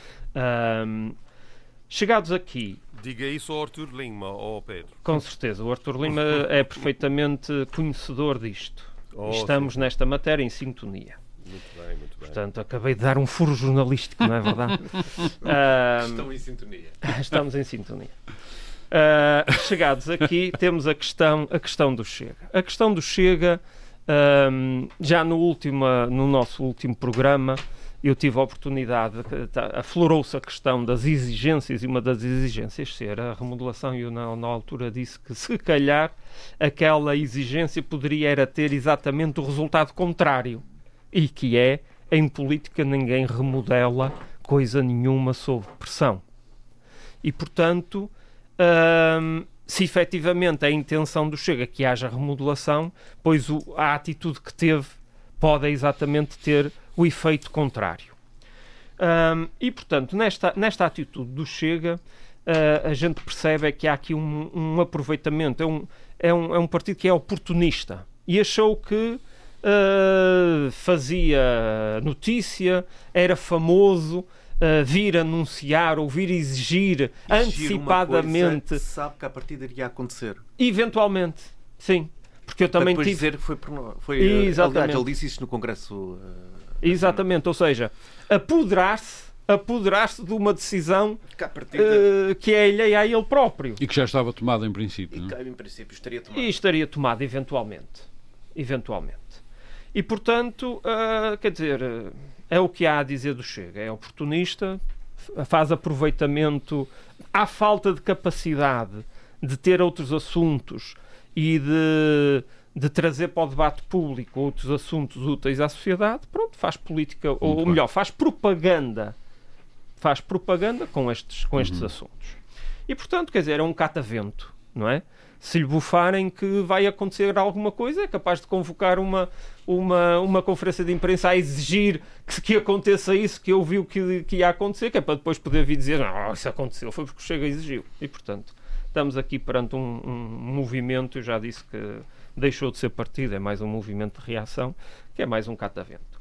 Chegados aqui... Diga isso ao Arthur Lima, ou ao Pedro. Com certeza, o Arthur Lima é perfeitamente conhecedor disto. Estamos nesta matéria em sintonia. Muito bem. Portanto, acabei de dar um furo jornalístico, não é verdade? Estão em sintonia. Estamos em sintonia. Chegados aqui, temos a questão do Chega. A questão do Chega, já no nosso último programa, eu tive a oportunidade, aflorou-se a questão das exigências, e uma das exigências ser a remodelação, e eu na altura disse que se calhar aquela exigência poderia era ter exatamente o resultado contrário, e que é, em política ninguém remodela coisa nenhuma sob pressão. E, portanto, se efetivamente a intenção do Chega que haja remodelação, pois a atitude que teve pode exatamente ter o efeito contrário. E, portanto, nesta atitude do Chega, a gente percebe que há aqui um aproveitamento. É um partido que é oportunista e achou que fazia notícia, era famoso, vir anunciar ou vir exigir antecipadamente. Uma coisa, sabe que a partida iria acontecer. Eventualmente, sim. Porque eu também tive... dizer que foi aliás, ele disse isso no Congresso. Exatamente, ou seja, apoderar-se de uma decisão que é alheia a ele próprio. E que já estava tomada em princípio. E que, em princípio, estaria tomada. E estaria tomada eventualmente. E, portanto, quer dizer, é o que há a dizer do Chega. É oportunista, faz aproveitamento à falta de capacidade de ter outros assuntos e de trazer para o debate público outros assuntos úteis à sociedade. Pronto, faz política, ou melhor, faz propaganda com estes assuntos. E, portanto, quer dizer, é um catavento, não é? Se lhe bufarem que vai acontecer alguma coisa, é capaz de convocar uma conferência de imprensa a exigir que aconteça isso, que eu vi o que ia acontecer, que é para depois poder vir dizer, não, isso aconteceu, foi porque o Chega exigiu. E, portanto, estamos aqui perante um movimento, eu já disse que deixou de ser partido, é mais um movimento de reação, que é mais um catavento.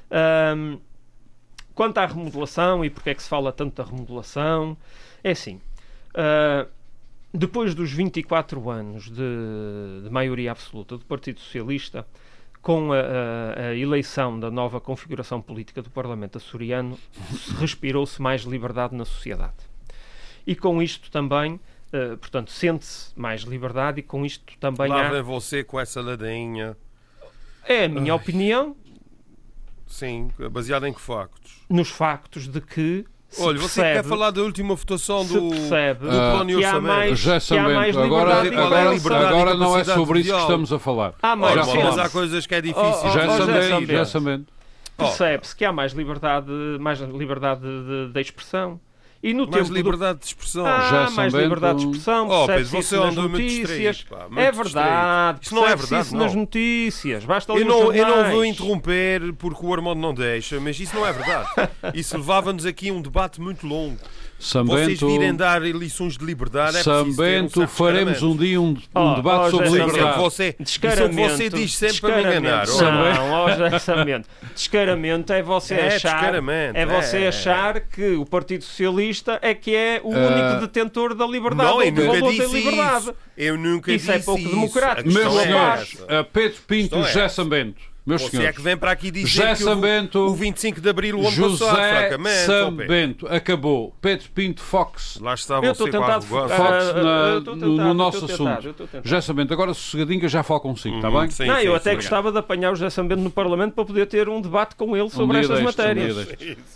Quanto à remodelação, e porque é que se fala tanto da remodelação, é assim, depois dos 24 anos de maioria absoluta do Partido Socialista, com a eleição da nova configuração política do Parlamento açoriano, respirou-se mais liberdade na sociedade. E com isto também, portanto, sente-se mais liberdade, e com isto também lá vem você com essa ladainha. É a minha opinião. Sim, baseada em que factos? Nos factos de que Olha, você quer falar da última votação do plano e orçamento? Agora não é sobre isso que estamos a falar. Mas há coisas que é difícil. Já sabendo. Percebe-se que há mais liberdade de expressão. E no mais tempo liberdade de expressão. Mais liberdade de expressão. Pedro, você anda muito distraído. É verdade. Isso não é verdade, isso nas notícias. Basta eu não vou interromper porque o Armando não deixa, mas isso não é verdade. Isso levava-nos aqui a um debate muito longo. Vocês virem dar lições de liberdade, Sambento, faremos um dia um debate sobre liberdade. Você diz sempre para me enganar. Não, Sambento. Descaramento é você achar que o Partido Socialista é que é o único detentor da liberdade. Não, eu nunca disse isso. Eu nunca disse isso. Isso é pouco democrático. Meus senhores, Pedro Pinto, José Sambento. Você é que vem para aqui dizer José que Sambento, o 25 de Abril o ano passado, francamente. Sambento, acabou. Pedro Pinto, Fox. Lá está você com a arrogância. Fox no nosso assunto. José Sambento, agora sossegadinho que eu já falo consigo, está bem? Sim, eu até gostava de apanhar o José Sambento no Parlamento para poder ter um debate com ele sobre estas matérias.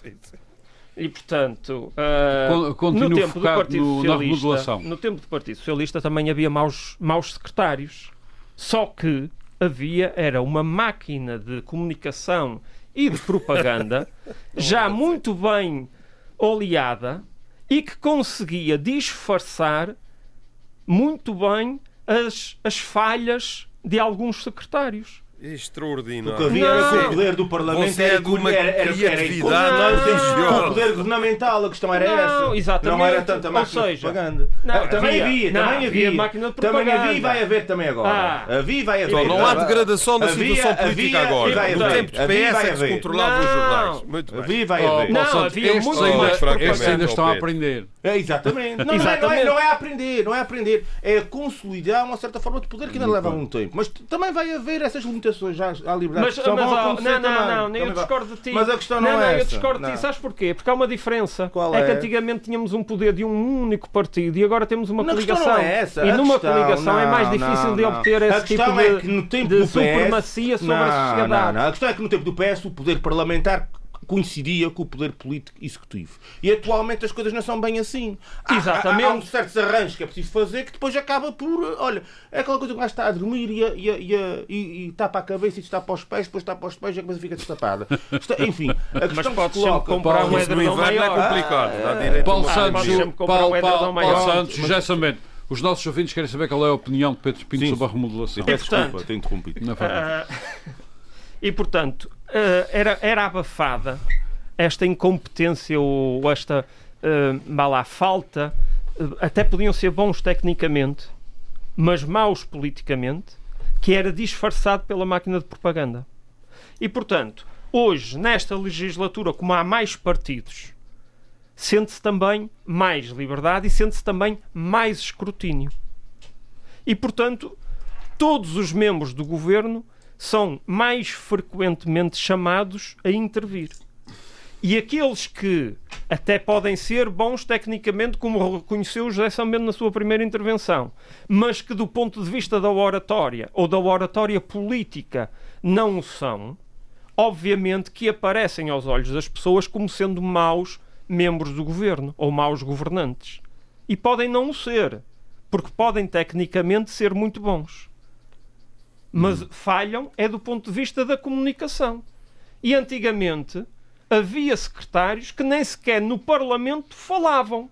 E, portanto, no tempo do Partido Socialista, no tempo do Partido Socialista também havia maus secretários. Só que era uma máquina de comunicação e de propaganda já muito bem oleada e que conseguia disfarçar muito bem as falhas de alguns secretários. Extraordinário. O que havia era que o poder do Parlamento era de uma criatividade. O poder governamental, a questão era essa. Exatamente. Não era tanta máquina de propaganda. Também havia máquina de propaganda. Também havia e vai haver também agora. Havia e vai haver. Não há degradação da situação política agora. No tempo de PS é que se controlava os jornais. Muito bem. Havia e vai haver. Não, havia muito mais propaganda. Estes ainda estão a aprender. Exatamente. Não é aprender. É consolidar uma certa forma de poder que ainda leva muito tempo. Mas também vai haver essas limitações já à liberdade de expressão. Não, eu discordo de ti. Mas a questão não é essa. Eu discordo de ti. Sabes porquê? Porque há uma diferença. Qual é que antigamente tínhamos um poder de um único partido e agora temos uma coligação. Não é essa. E numa coligação é mais difícil de obter esse tipo de supremacia sobre a sociedade. A questão é que no tempo do PS o poder parlamentar coincidia com o poder político executivo. E atualmente as coisas não são bem assim. Exatamente. Há certos arranjos que é preciso fazer que depois acaba por... Olha, é aquela coisa que o gajo está a dormir e tapa a cabeça e destapa os pés, depois tapa os pés e a cabeça fica destapada. Enfim, a questão que se coloca... comprar um edredom maior. É complicado. Paulo Santos, José Sambento. Os nossos ouvintes querem saber qual é a opinião de Pedro Pinto sobre a remodelação. Desculpa, tenho interrompido. E, portanto, era abafada esta incompetência ou esta falta, até podiam ser bons tecnicamente, mas maus politicamente, que era disfarçado pela máquina de propaganda. E, portanto, hoje, nesta legislatura, como há mais partidos, sente-se também mais liberdade e sente-se também mais escrutínio. E, portanto, todos os membros do governo são mais frequentemente chamados a intervir. E aqueles que até podem ser bons tecnicamente, como reconheceu o José Sambento na sua primeira intervenção, mas que do ponto de vista da oratória ou da oratória política não o são, obviamente que aparecem aos olhos das pessoas como sendo maus membros do governo ou maus governantes. E podem não o ser, porque podem tecnicamente ser muito bons. Mas falham é do ponto de vista da comunicação. E antigamente havia secretários que nem sequer no Parlamento falavam.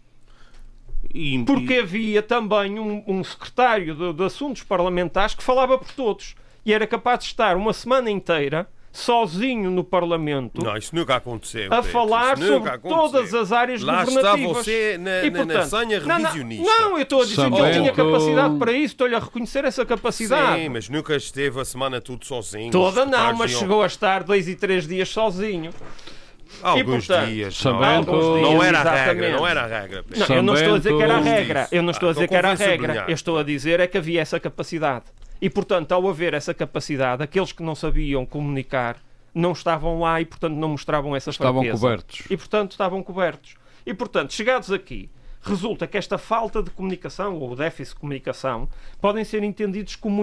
Porque havia também um secretário de assuntos parlamentares que falava por todos. E era capaz de estar uma semana inteira sozinho no Parlamento. Não, isso nunca aconteceu. A falar sobre todas as áreas governativas. Lá está você na senha revisionista. Não, eu estou a dizer que ele tinha capacidade para isso. Estou-lhe a reconhecer essa capacidade. Sim, mas nunca esteve a semana tudo sozinho. Toda não, mas chegou a estar 2 e 3 dias sozinho. Alguns dias. Não era a regra. Não era a regra. Não, eu não estou a dizer que era a regra. Eu não estou a dizer que era a regra. Eu estou a dizer é que havia essa capacidade. E, portanto, ao haver essa capacidade, aqueles que não sabiam comunicar não estavam lá e, portanto, não mostravam essa fraqueza. Estavam cobertos. E, portanto, estavam cobertos. E, portanto, chegados aqui, resulta que esta falta de comunicação ou déficit de comunicação podem ser entendidos como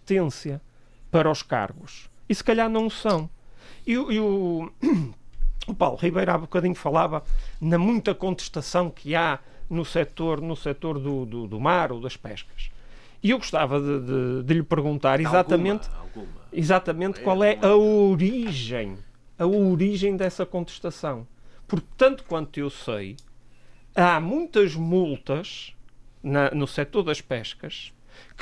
incompetência para os cargos. E, se calhar, não o são. E o O Paulo Ribeiro há bocadinho falava na muita contestação que há no setor do mar ou das pescas. E eu gostava de lhe perguntar exatamente qual é a origem dessa contestação. Porque, tanto quanto eu sei, há muitas multas no setor das pescas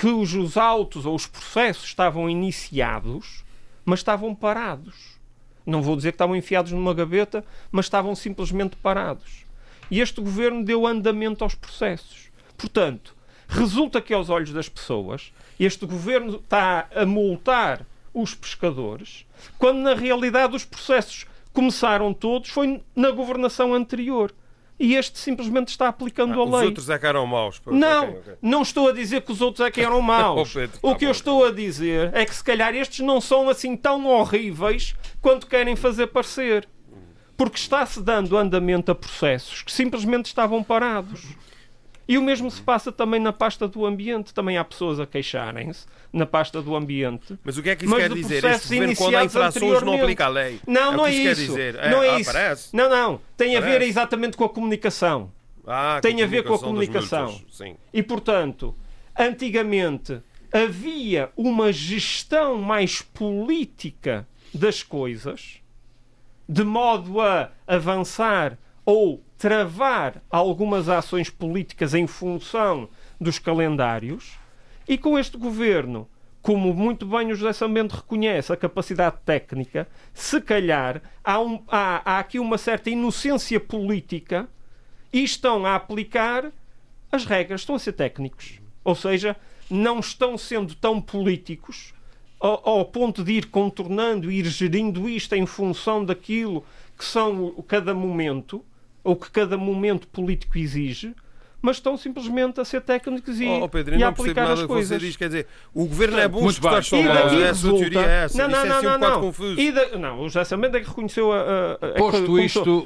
os autos ou os processos estavam iniciados, mas estavam parados. Não vou dizer que estavam enfiados numa gaveta, mas estavam simplesmente parados. E este governo deu andamento aos processos. Portanto, resulta que, aos olhos das pessoas, este governo está a multar os pescadores, quando na realidade os processos começaram todos, foi na governação anterior. E este simplesmente está aplicando a lei. Os outros é que eram maus. Não estou a dizer que os outros é que eram maus. O que eu estou a dizer é que se calhar estes não são assim tão horríveis quanto querem fazer parecer. Porque está-se dando andamento a processos que simplesmente estavam parados. E o mesmo se passa também na pasta do ambiente. Também há pessoas a queixarem-se na pasta do ambiente. Mas o que é que isso quer dizer? Este governo, quando há infrações, não aplica a lei. Não é isso. isso. Não é isso. Parece. Não. Tem a ver exatamente com a comunicação. Tem a ver com a comunicação. E, portanto, antigamente havia uma gestão mais política das coisas, de modo a avançar ou travar algumas ações políticas em função dos calendários, e com este governo, como muito bem o José Sambento reconhece a capacidade técnica, se calhar há aqui uma certa inocência política e estão a aplicar as regras, estão a ser técnicos. Ou seja, não estão sendo tão políticos ao ponto de ir contornando e ir gerindo isto em função daquilo que são cada momento, ou que cada momento político exige, mas estão simplesmente a ser técnicos Pedro, e não a aplicar as coisas. Você diz, quer dizer, o governo é bom, os deputados são maus. A sua teoria é essa. Isso é assim um bocado confuso. Não, o José Sambento é que reconheceu Posto isto,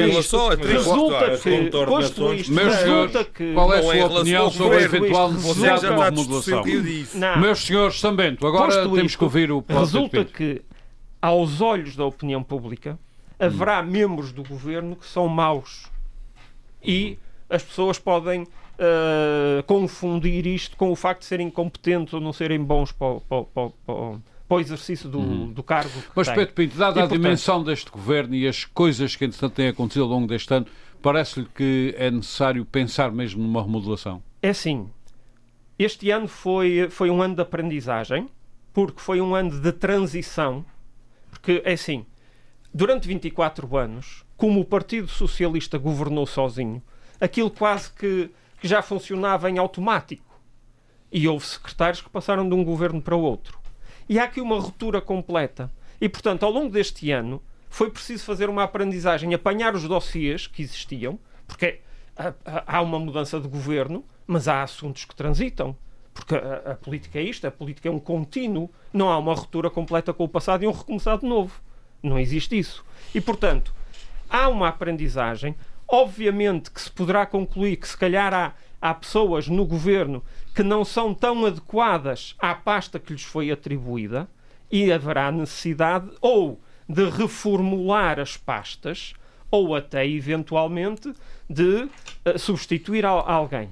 resulta que qual é a sua opinião sobre a eventual necessidade de uma remodelação? Meus senhores Sambento, agora temos que ouvir o Paulo. Resulta que, aos olhos da opinião pública, haverá membros do governo que são maus. E as pessoas podem confundir isto com o facto de serem incompetentes ou não serem bons para o exercício do cargo que Mas, têm. Pedro Pinto, dada a dimensão deste governo e as coisas que, entretanto, têm acontecido ao longo deste ano, parece-lhe que é necessário pensar mesmo numa remodelação? É assim, este ano foi um ano de aprendizagem, porque foi um ano de transição, porque, é assim, durante 24 anos, como o Partido Socialista governou sozinho, aquilo quase que já funcionava em automático. E houve secretários que passaram de um governo para o outro. E há aqui uma ruptura completa. E, portanto, ao longo deste ano, foi preciso fazer uma aprendizagem, apanhar os dossiês que existiam, porque há uma mudança de governo, mas há assuntos que transitam. Porque a política é isto, a política é um contínuo. Não há uma ruptura completa com o passado e um recomeçar de novo. Não existe isso. E, portanto, há uma aprendizagem. Obviamente que se poderá concluir que se calhar há pessoas no governo que não são tão adequadas à pasta que lhes foi atribuída e haverá necessidade ou de reformular as pastas ou até eventualmente de substituir alguém.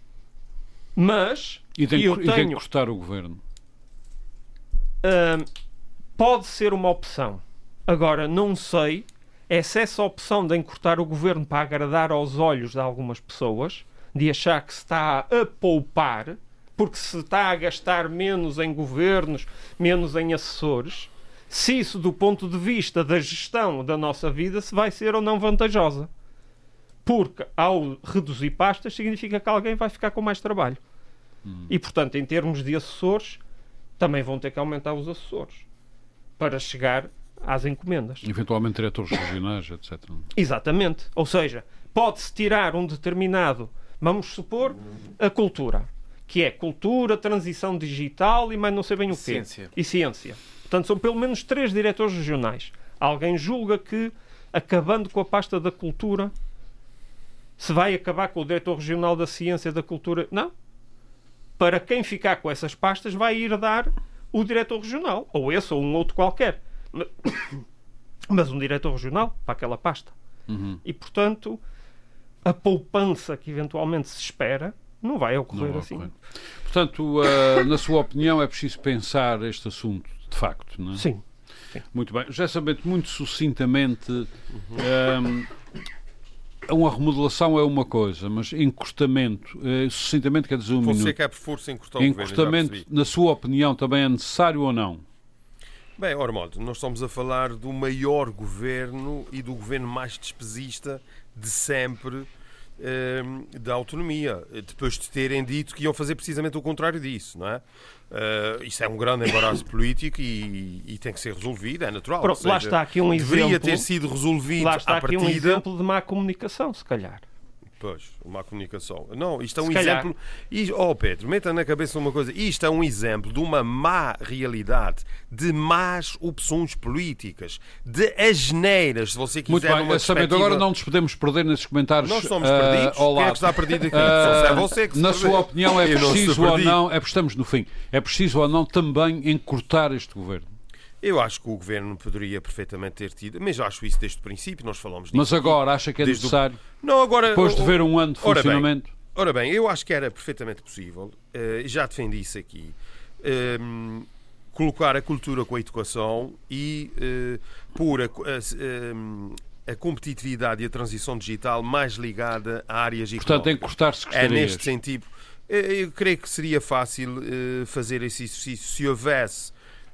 Mas E tem que cortar o governo? Pode ser uma opção. Agora, não sei se essa opção de encurtar o governo para agradar aos olhos de algumas pessoas, de achar que se está a poupar, porque se está a gastar menos em governos, menos em assessores, se isso do ponto de vista da gestão da nossa vida se vai ser ou não vantajosa. Porque ao reduzir pastas significa que alguém vai ficar com mais trabalho. E, portanto, em termos de assessores, também vão ter que aumentar os assessores para chegar às encomendas. Eventualmente diretores regionais, etc. Exatamente. Ou seja, pode-se tirar um determinado, vamos supor, a cultura, que é cultura, transição digital e mais não sei bem o quê. Ciência. E ciência. Portanto, são pelo menos 3 diretores regionais. Alguém julga que, acabando com a pasta da cultura, se vai acabar com o diretor regional da ciência e da cultura? Não. Para quem ficar com essas pastas vai ir dar o diretor regional. Ou esse ou um outro qualquer. mas um diretor regional para aquela pasta. E, portanto, a poupança que eventualmente se espera não vai ocorrer assim. Portanto, na sua opinião, é preciso pensar este assunto, de facto, não é? Sim. Muito bem. Já sabendo muito sucintamente, uma remodelação é uma coisa, mas encurtamento, sucintamente quer dizer um minuto. Você quer por força encurtar o governo, Encurtamento, na sua opinião, também é necessário ou não? Bem, Ormondo, nós estamos a falar do maior governo e do governo mais despesista de sempre da autonomia, depois de terem dito que iam fazer precisamente o contrário disso, não é? Isso é um grande embaraço político e tem que ser resolvido, é natural. Pronto, lá está aqui um exemplo. Deveria ter sido resolvido lá está à aqui partida. Um exemplo de má comunicação, se calhar. Pois, má comunicação. Não, isto é um Se calhar. exemplo. Pedro, meta na cabeça uma coisa. Isto é um exemplo de uma má realidade, de más opções políticas, de asneiras, se você quiser. Muito bem, uma perspectiva... agora não nos podemos perder nesses comentários. Nós somos perdidos. Quem é que está perdido aqui? É você que se na perdeu. sua opinião, é Eu não preciso estou ou perdido. não, é porque estamos no fim, é preciso ou não também encurtar este governo? Eu acho que o governo poderia perfeitamente ter tido, mas acho isso desde o princípio, nós falamos disso. Mas agora acha que é desde necessário? Não, agora, depois de ver um ano de funcionamento? Ora bem, eu acho que era perfeitamente possível, já defendi isso aqui, colocar a cultura com a educação e pôr a competitividade e a transição digital mais ligada a áreas económicas. Portanto, encurtar secretarias. É neste sentido. Eu creio que seria fácil fazer esse exercício se houvesse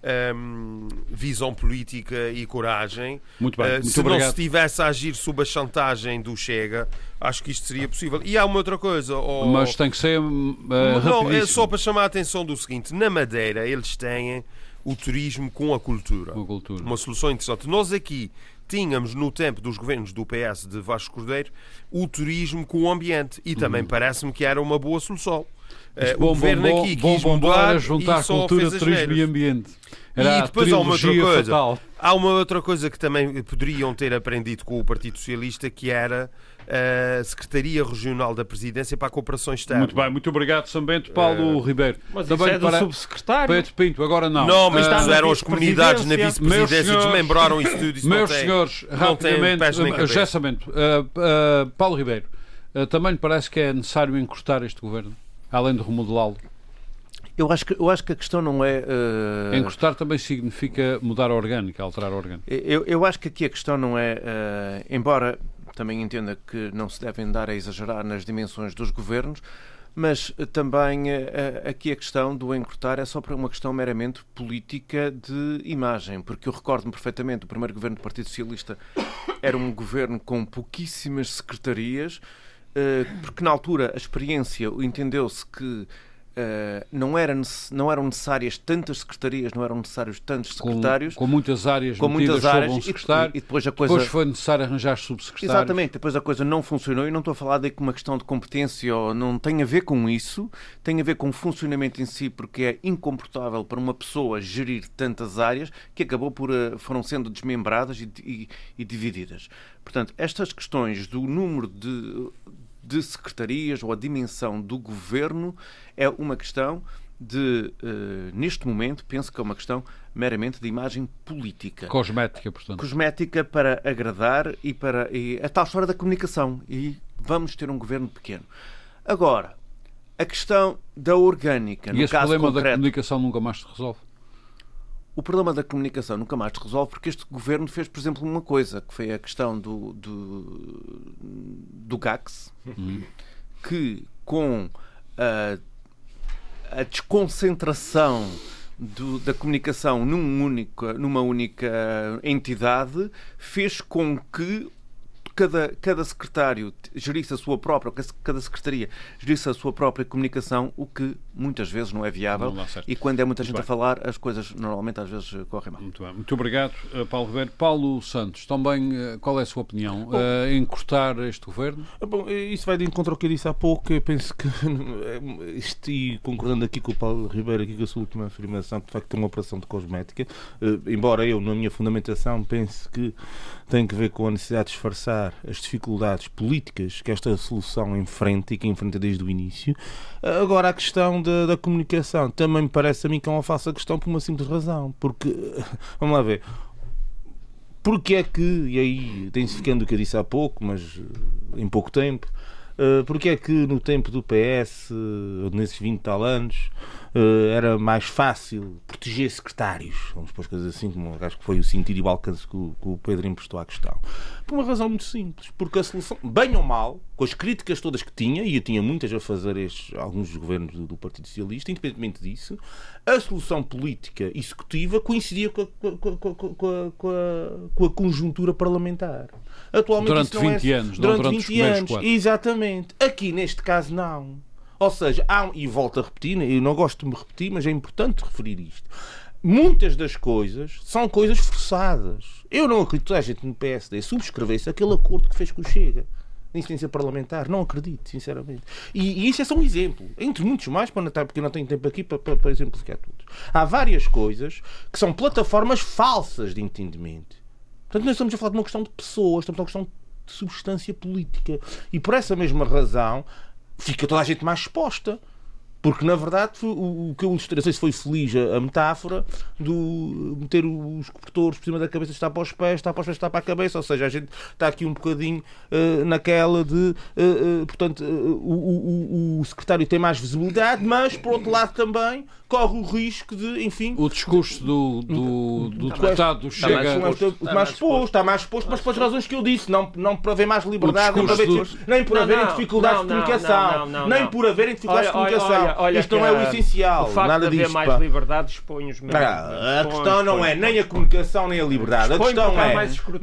visão política e coragem. Muito bem, muito se obrigado. não se estivesse a agir sob a chantagem do Chega, acho que isto seria possível. E há uma outra coisa. Mas tem que ser não, rapidíssimo. é só para chamar a atenção do seguinte: na Madeira eles têm o turismo com a cultura. Uma solução interessante. Nós aqui tínhamos, no tempo dos governos do PS de Vasco Cordeiro, o turismo com o ambiente. E também parece-me que era uma boa solução. O governo aqui quis mudar juntar e só cultura, fez turismo e ambiente. Era e depois há uma outra coisa. Fatal. Há uma outra coisa que também poderiam ter aprendido com o Partido Socialista, que era a Secretaria Regional da Presidência para a Cooperação Externa. Muito bem, muito obrigado, São Bento. Paulo Ribeiro. Mas também isso é do subsecretário. Pedro Pinto, agora não. Não, mas puseram as vice-presidência. comunidades na vice-presidência e desmembraram isso tudo. Isso Meus não tem, senhores, não tem rapidamente, pés nem cabeça. já sabendo, Paulo Ribeiro, também lhe parece que é necessário encurtar este governo, além de remodelá-lo? Eu acho que a questão não é... Encurtar também significa mudar a orgânica, alterar a orgânica. Eu acho que aqui a questão não é... embora também entenda que não se devem dar a exagerar nas dimensões dos governos, mas também aqui a questão do encurtar é só para uma questão meramente política de imagem, porque eu recordo-me perfeitamente, o primeiro governo do Partido Socialista era um governo com pouquíssimas secretarias, porque na altura a experiência entendeu-se que não eram necessárias tantas secretarias, não eram necessários tantos secretários. Com muitas áreas com metidas muitas áreas, sob um secretário. E depois a coisa... Depois foi necessário arranjar subsecretários. Exatamente, depois a coisa não funcionou e não estou a falar de uma questão de competência, ou não tem a ver com isso, tem a ver com o funcionamento em si, porque é incomportável para uma pessoa gerir tantas áreas que acabou por foram sendo desmembradas e divididas. Portanto, estas questões do número de secretarias ou a dimensão do governo é uma questão de, neste momento, penso que é uma questão meramente de imagem política. Cosmética, portanto. Cosmética para agradar e a tal história da comunicação. E vamos ter um governo pequeno. Agora, a questão da orgânica, no esse caso problema concreto, da comunicação nunca mais se resolve? O problema da comunicação nunca mais se resolve porque este governo fez, por exemplo, uma coisa, que foi a questão do GACS, que com a desconcentração da comunicação numa única entidade, fez com que cada secretário gerisse a sua própria, cada secretaria gerisse a sua própria comunicação, o que muitas vezes não é viável, e quando é muita gente a falar, as coisas normalmente às vezes correm mal. Muito bem. Muito obrigado, Paulo Ribeiro. Paulo Santos, também qual é a sua opinião? Encurtar este governo? Bom, isso vai de encontro ao que eu disse há pouco. Eu penso que, e concordando aqui com o Paulo Ribeiro, aqui com a sua última afirmação, que de facto é uma operação de cosmética, embora eu, na minha fundamentação, pense que tem que ver com a necessidade de disfarçar as dificuldades políticas que esta solução enfrenta e que enfrenta desde o início. Agora, a questão da comunicação também me parece a mim que é uma falsa questão por uma simples razão, porque, vamos lá ver, porque é que, e aí intensificando o que eu disse há pouco, mas em pouco tempo, porque é que no tempo do PS, nesses 20 e tal anos, era mais fácil proteger secretários, vamos pôr as coisas assim, como acho que foi o sentido e o alcance que o Pedro emprestou à questão. Por uma razão muito simples, porque a solução, bem ou mal, com as críticas todas que tinha, e eu tinha muitas a fazer alguns dos governos do Partido Socialista, independentemente disso, a solução política executiva coincidia com a conjuntura parlamentar. Atualmente, durante 20 anos, durante não durante 20 os primeiros anos, 4. exatamente. Aqui, neste caso, não. Ou seja, e volto a repetir, eu não gosto de me repetir, mas é importante referir isto. Muitas das coisas são coisas forçadas. Eu não acredito que a gente no PSD subscrevesse aquele acordo que fez com o Chega de incidência parlamentar. Não acredito, sinceramente. E isso é só um exemplo. Entre muitos mais, porque eu não tenho tempo aqui para exemplificar tudo. Há várias coisas que são plataformas falsas de entendimento. Portanto, nós estamos a falar de uma questão de pessoas, estamos a falar de uma questão de substância política. E por essa mesma razão fica toda a gente mais exposta. Porque, na verdade, o que eu ilustrei, não sei se foi feliz a metáfora do meter os cobertores por cima da cabeça, está para os pés, está para os pés, está para a cabeça. Ou seja, a gente está aqui um bocadinho naquela de... portanto, o secretário tem mais visibilidade, mas, por outro lado, também corre o risco de, enfim... O discurso do deputado Chega... Está mais exposto, mas pelas razões que eu disse. Não por haver mais liberdade, nem por haverem dificuldades de comunicação. Nem por haverem dificuldades de comunicação. Isto não é o essencial. O facto nada de haver disto, mais liberdade expõe os meus. A questão não é nem a comunicação nem a liberdade. A questão é...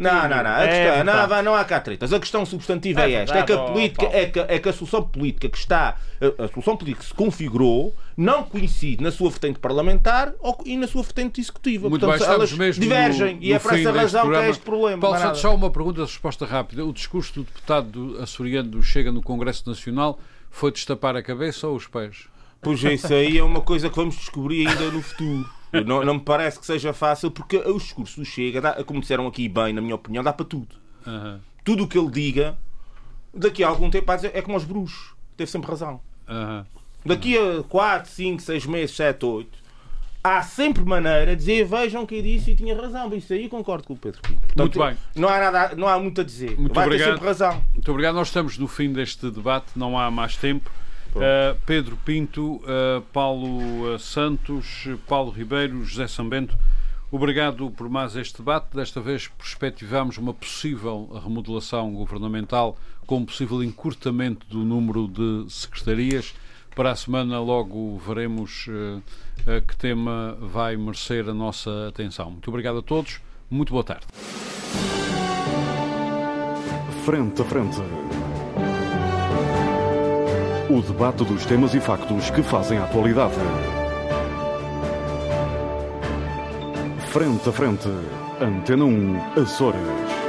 Não há cá tretas. A questão substantiva é esta. É que a política, é que a solução política que está... A solução política que se configurou não coincide na sua vertente parlamentar e na sua vertente executiva. Muito Portanto, bem, elas mesmo divergem. E é por essa razão que é este problema. Paulo Santos, só uma pergunta de resposta rápida. O discurso do deputado açoriano do Chega no Congresso Nacional foi destapar a cabeça ou os pés? Pois isso aí é uma coisa que vamos descobrir ainda no futuro. Não me parece que seja fácil, porque o discurso do Chega, como disseram aqui bem, na minha opinião, dá para tudo. Tudo o que ele diga, daqui a algum tempo, é como aos bruxos. Teve sempre razão. Daqui a 4, 5, 6 meses, 7, 8, há sempre maneira de dizer, vejam quem disse e tinha razão. Isso aí concordo com o Pedro Pinto. Muito bem. Não há muito a dizer. Muito Vai obrigado. ter sempre razão. Muito obrigado. Nós estamos no fim deste debate, não há mais tempo. Pedro Pinto, Paulo Santos, Paulo Ribeiro, José Sambento, obrigado por mais este debate. Desta vez perspectivamos uma possível remodelação governamental com um possível encurtamento do número de secretarias. Para a semana logo veremos que tema vai merecer a nossa atenção. Muito obrigado a todos, muito boa tarde. Frente a frente. O debate dos temas e factos que fazem a atualidade. Frente a frente. Antena 1, Açores.